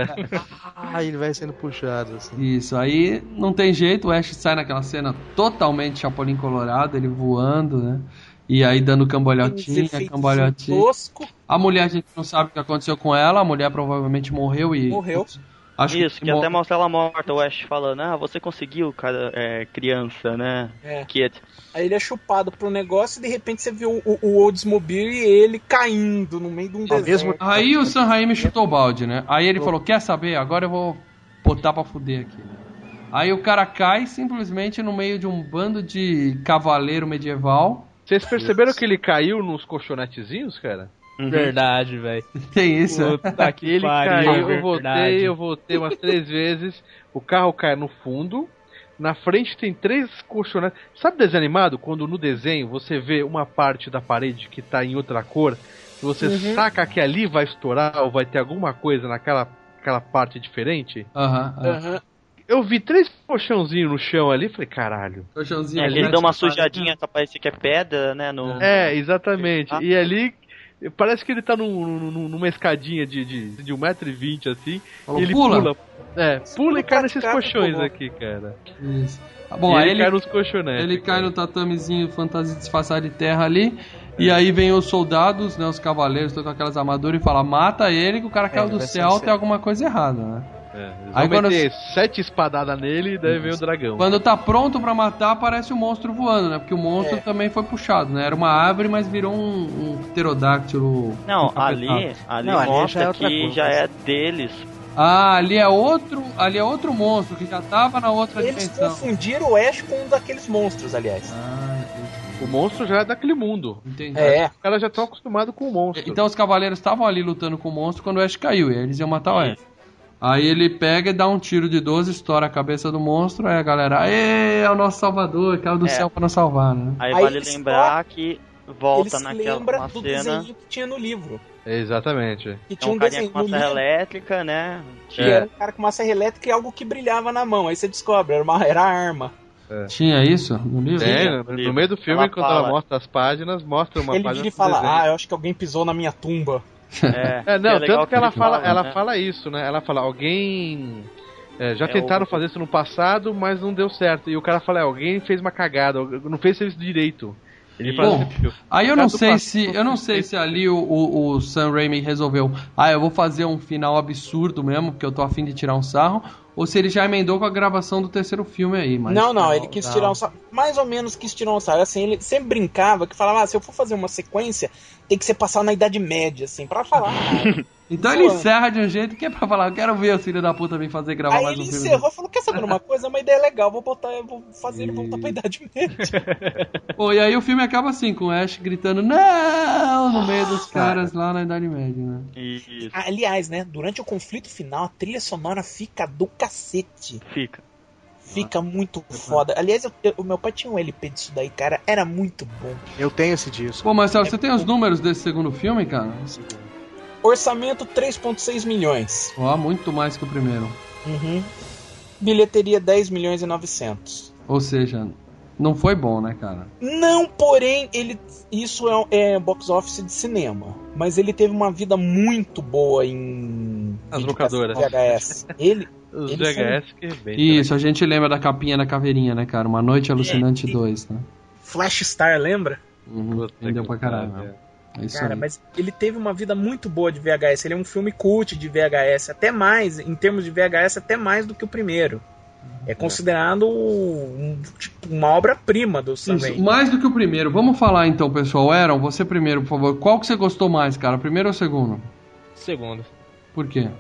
Ah, ele vai sendo puxado, assim. Isso, aí não tem jeito, o Ash sai naquela cena totalmente Chapolin Colorado, ele voando, né? E aí dando cambalhotinha, cambalhotinha. Tosco. A mulher, a gente não sabe o que aconteceu com ela, a mulher provavelmente morreu e... Morreu. Acho Isso, que, que até mostra ela morta, o Ash falando, ah, você conseguiu, cara, é, criança, né? É. Kid. Aí ele é chupado pro negócio e de repente você vê o, o, o Oldsmobile e ele caindo no meio de um deserto. Mesmo... Aí o Sam Raimi chutou o balde, né? Aí ele falou, quer saber? Agora eu vou botar pra fuder aqui. Aí o cara cai simplesmente no meio de um bando de cavaleiro medieval. Vocês perceberam que ele caiu nos colchonetezinhos, cara? Uhum. Verdade, velho. Tem isso. Puta que ele pariu, caiu, eu voltei, eu voltei umas três vezes. O carro cai no fundo. Na frente tem três colchonetes. Sabe desenho animado? Quando no desenho você vê uma parte da parede que tá em outra cor, você uhum. saca que ali vai estourar ou vai ter alguma coisa naquela aquela parte diferente? Aham. Uhum, uhum. uhum. Eu vi três colchãozinhos no chão ali, falei, caralho. Colchãozinho. É, ele dá uma sujadinha pra parecer que é pedra, né? No... É, exatamente. E ali, parece que ele tá num, num, numa escadinha de, de, de um metro e vinte, assim. Falou, e ele pula. pula. É, pula e cai nesses colchões aqui, cara. Isso. Bom, e aí ele, ele cai nos colchonetes. Ele cai no tatamezinho fantasia disfarçado de terra ali. É. E aí vem os soldados, né? Os cavaleiros, estão com aquelas armaduras e fala, mata ele que o cara caiu é, do céu, tem alguma coisa errada, né? É, aí quando meter sete espadadas nele e daí vem o dragão. Quando tá pronto pra matar, aparece o monstro voando, né? Porque o monstro é. também foi puxado, né? Era uma árvore, mas virou um, um pterodáctilo. Não, ali, ali Não, mostra ali já é que coisa. já é deles. Ah, ali é outro, ali é outro monstro que já tava na outra Eles dimensão. Eles confundiram o Ash com um daqueles monstros, aliás. Ah, entendi. O monstro já é daquele mundo. Entendi. É. Os caras já estão acostumados com o monstro. Então os cavaleiros estavam ali lutando com o monstro quando o Ash caiu, e aí eles iam matar o Ash. Aí ele pega e dá um tiro de doze, estoura a cabeça do monstro, aí a galera, aê, é o nosso salvador, caiu do é. céu pra nos salvar, né? Aí, aí vale lembrar só... que volta ele naquela lembra uma do cena... desenho que tinha no livro. Exatamente. Que tinha um, um carinha com uma serra elétrica, né? Que é. era um cara com uma serra elétrica e algo que brilhava na mão. Aí você descobre, era, uma, era arma. É. Tinha isso no livro? É, no, no meio do filme, ela quando fala. ela mostra as páginas, mostra uma ele página. Ele fala, ah, eu acho que alguém pisou na minha tumba. É, é não, é tanto que, que ela fala, fala, ela né? fala isso, né? Ela fala, alguém... É, já é tentaram o... fazer isso no passado, mas não deu certo. E o cara fala, é, alguém fez uma cagada, não fez serviço direito. Ele fala Bom, assim, aí eu não sei se eu não sei se ali o, o, o Sam Raimi resolveu, ah, eu vou fazer um final absurdo mesmo, porque eu tô afim de tirar um sarro, ou se ele já emendou com a gravação do terceiro filme aí. Mas não, não, ele quis não. tirar um sarro, mais ou menos quis tirar um sarro, assim, ele sempre brincava que falava, ah, se eu for fazer uma sequência, tem que ser passar na Idade Média, assim, pra falar, Então ele encerra de um jeito que é pra falar, eu quero ver o filho da puta vir fazer gravar aí mais um filme. Aí ele encerrou e falou, quer saber uma coisa? É uma ideia legal, vou botar, vou fazer ele voltar pra Idade Média. Pô, e aí o filme acaba assim, com o Ash gritando, não, no meio dos caras lá na Idade Média, né? Isso. Aliás, né, durante o conflito final, a trilha sonora fica do cacete. Fica. Fica muito foda. Aliás, eu, eu, o meu pai tinha um L P disso daí, cara. Era muito bom. Eu tenho esse disco. Pô, Marcelo, é você tem bom. os números desse segundo filme, cara? Orçamento três vírgula seis milhões. Ó, muito mais que o primeiro. Uhum. Bilheteria dez milhões e novecentos. Ou seja, não foi bom, né, cara? Não, porém, ele isso é, é box office de cinema. Mas ele teve uma vida muito boa em... As locadoras. V H S. Ele... Os Ele V H S foi... que bem. Isso, também. A gente lembra da capinha da caveirinha, né, cara? Uma Noite Alucinante é, dois, né? Flash Star, lembra? Uhum, entendeu pra caralho. É isso cara, aí. mas ele teve uma vida muito boa de V H S. Ele é um filme cult de V H S. Até mais, em termos de V H S, até mais do que o primeiro. É considerado um, tipo, uma obra-prima do Sam Raimi. Mais do que o primeiro. Vamos falar então, pessoal. Aaron, você primeiro, por favor. Qual que você gostou mais, cara? Primeiro ou segundo? Segundo. Por quê?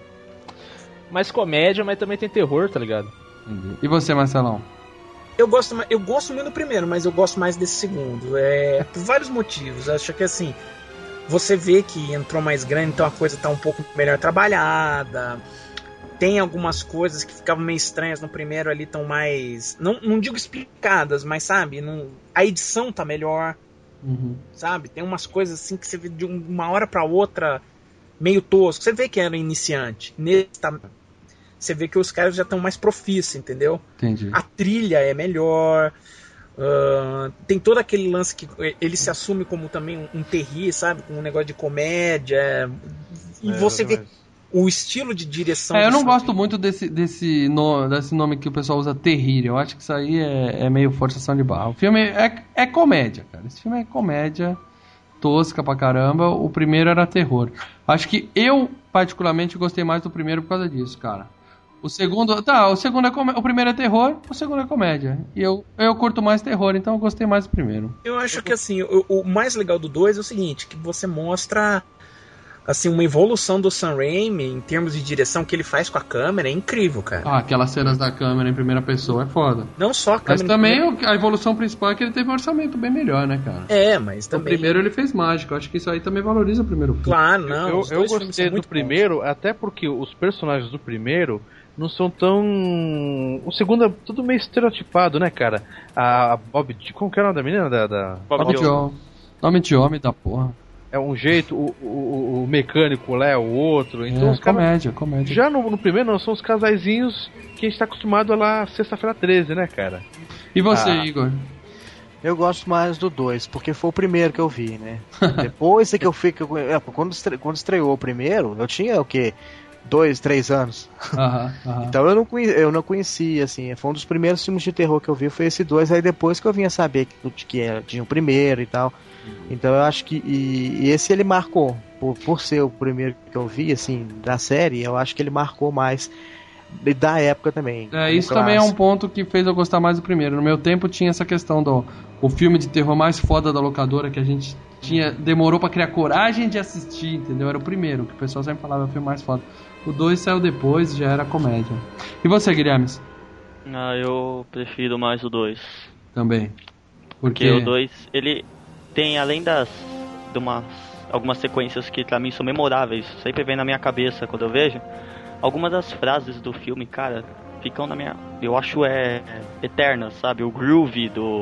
Mais comédia, mas também tem terror, tá ligado? Entendi. E você, Marcelão? Eu gosto, eu gosto muito do primeiro, mas eu gosto mais desse segundo. É, por vários motivos. Acho que assim, você vê que entrou mais grande, então a coisa tá um pouco melhor trabalhada. Tem algumas coisas que ficavam meio estranhas no primeiro ali, estão mais... Não, não digo explicadas, mas sabe? Não, a edição tá melhor, uhum. sabe? Tem umas coisas assim que você vê de uma hora pra outra meio tosco. Você vê que era iniciante. Nesse tá... Você vê que os caras já estão mais profícios, entendeu? Entendi. A trilha é melhor. Uh, tem todo aquele lance que ele se assume como também um, um terri, sabe? Com um negócio de comédia. E é, você vê o estilo de direção. É, eu não gosto muito desse, desse, no, desse nome que o pessoal usa, terrir. Eu acho que isso aí é, é meio forçação de barra. O filme é, é comédia, cara. Esse filme é comédia tosca pra caramba. O primeiro era terror. Acho que eu, particularmente, gostei mais do primeiro por causa disso, cara. O segundo, tá, o segundo é com... o primeiro é terror, o segundo é comédia. E eu, eu curto mais terror, então eu gostei mais do primeiro. Eu acho que assim, o, o mais legal do dois é o seguinte, que você mostra assim uma evolução do Sam Raimi em termos de direção que ele faz com a câmera, é incrível, cara. Ah, aquelas cenas da câmera em primeira pessoa é foda. Não só a câmera. Mas também primeira... a evolução principal é que ele teve um orçamento bem melhor, né, cara? É, mas também... O primeiro ele fez mágica, eu acho que isso aí também valoriza o primeiro filme. Claro, não. Eu, eu gostei do primeiro, bons. Até porque os personagens do primeiro não são tão... O segundo é tudo meio estereotipado, né, cara? A, a Bob... Como que é o nome da menina? Da, da... Bob, Bob Joe. Nome de homem da porra. É um jeito, o, o, o mecânico lá é o outro. Então é, os comédia, cara... comédia. Já no, no primeiro não são os casaizinhos que a gente tá acostumado a lá sexta-feira treze, né, cara? E você, ah. Igor? Eu gosto mais do dois, porque foi o primeiro que eu vi, né? Depois é que eu fui... Que eu, é, quando, estre, quando estreou o primeiro, eu tinha o quê? Dois, três anos. Aham, aham. Então eu não, conhecia, eu não conhecia, assim. Foi um dos primeiros filmes de terror que eu vi, foi esse dois. Aí depois que eu vinha saber que, que era, tinha o primeiro e tal. Então eu acho que... E, e esse ele marcou. Por, por ser o primeiro que eu vi, assim, da série, eu acho que ele marcou mais... Da época também. É, isso também é um ponto que fez eu gostar mais do primeiro. No meu tempo tinha essa questão do o filme de terror mais foda da locadora que a gente tinha, demorou pra criar coragem de assistir, entendeu? Era o primeiro, que o pessoal sempre falava, é o filme mais foda. O dois saiu depois, já era comédia. E você, Guilherme? Ah, eu prefiro mais o dois. Também. Porque, Porque o dois, ele tem, além das de uma, algumas sequências que pra mim são memoráveis, sempre vem na minha cabeça quando eu vejo. Algumas das frases do filme, cara, ficam na minha... Eu acho é, é eternas, sabe? O groove do,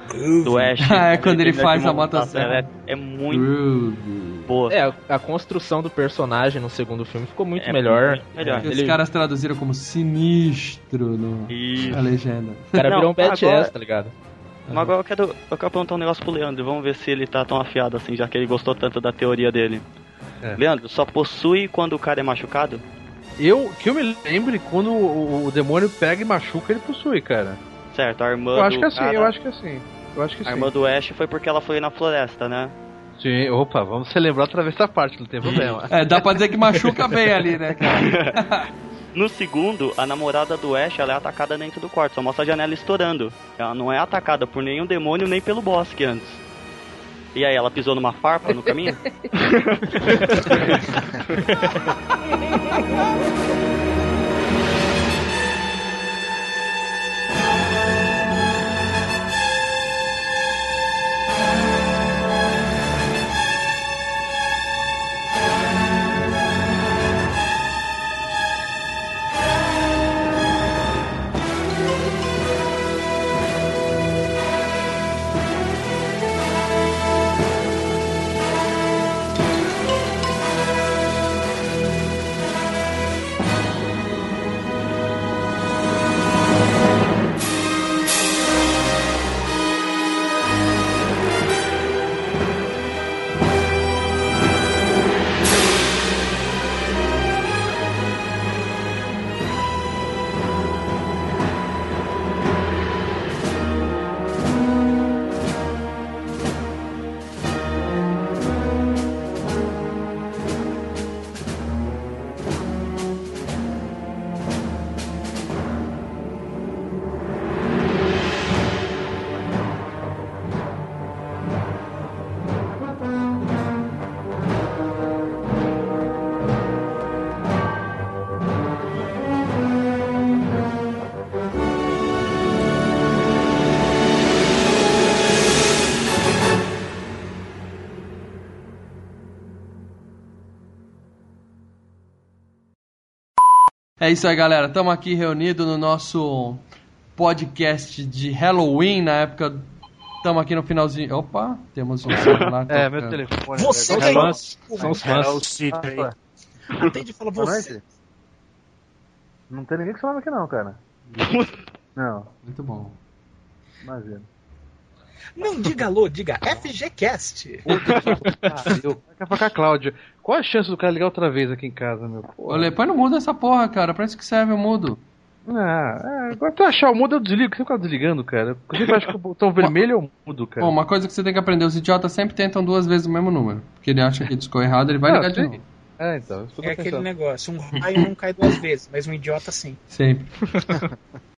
do Ash. É, quando ele faz a motosserra. É, é muito groove. boa. É, a construção do personagem no segundo filme ficou muito é melhor. Muito melhor. Os ele... caras traduziram como sinistro no... na legenda. O cara Não, virou um badass, agora... tá ligado? Mas agora eu quero, eu quero perguntar um negócio pro Leandro. Vamos ver se ele tá tão afiado assim, já que ele gostou tanto da teoria dele. É. Leandro, só possui quando o cara é machucado? Eu, que eu me lembre, quando o, o demônio pega e machuca, ele possui, cara. Certo, a irmã eu acho do que assim, cara... eu acho que assim. Eu acho que a sim. irmã do Ash foi porque ela foi na floresta, né? Sim, opa, vamos celebrar através dessa parte, não tem problema. É, dá pra dizer que machuca bem ali, né, cara? No segundo, a namorada do Ash, ela é atacada dentro do quarto, só mostra a janela estourando. Ela não é atacada por nenhum demônio nem pelo bosque antes. E aí, ela pisou numa farpa no caminho? É isso aí, galera. Estamos aqui reunidos no nosso podcast de Halloween, na época. Estamos aqui no finalzinho. Opa, temos um celular. É, meu telefone. Você é ganhou. São os fãs. Atende e fala você. Não tem ninguém que falava aqui não, cara. Não. Muito bom. Imagina. Não diga alô, diga FGCast. Vai pra cá, Cláudio. Qual a chance do cara ligar outra vez aqui em casa, meu? Olha, põe no mudo essa porra, cara. Pra isso que serve o mudo. Ah, é, agora tu achar o mudo eu desligo. Você fica desligando, cara. Eu sempre acho que o botão vermelho é o mudo, cara. Bom, uma coisa que você tem que aprender: os idiotas sempre tentam duas vezes o mesmo número. Porque ele acha que discou errado, ele vai não, ligar sim. de novo. É, então. É aquele negócio: um raio não cai duas vezes, mas um idiota sim. Sempre.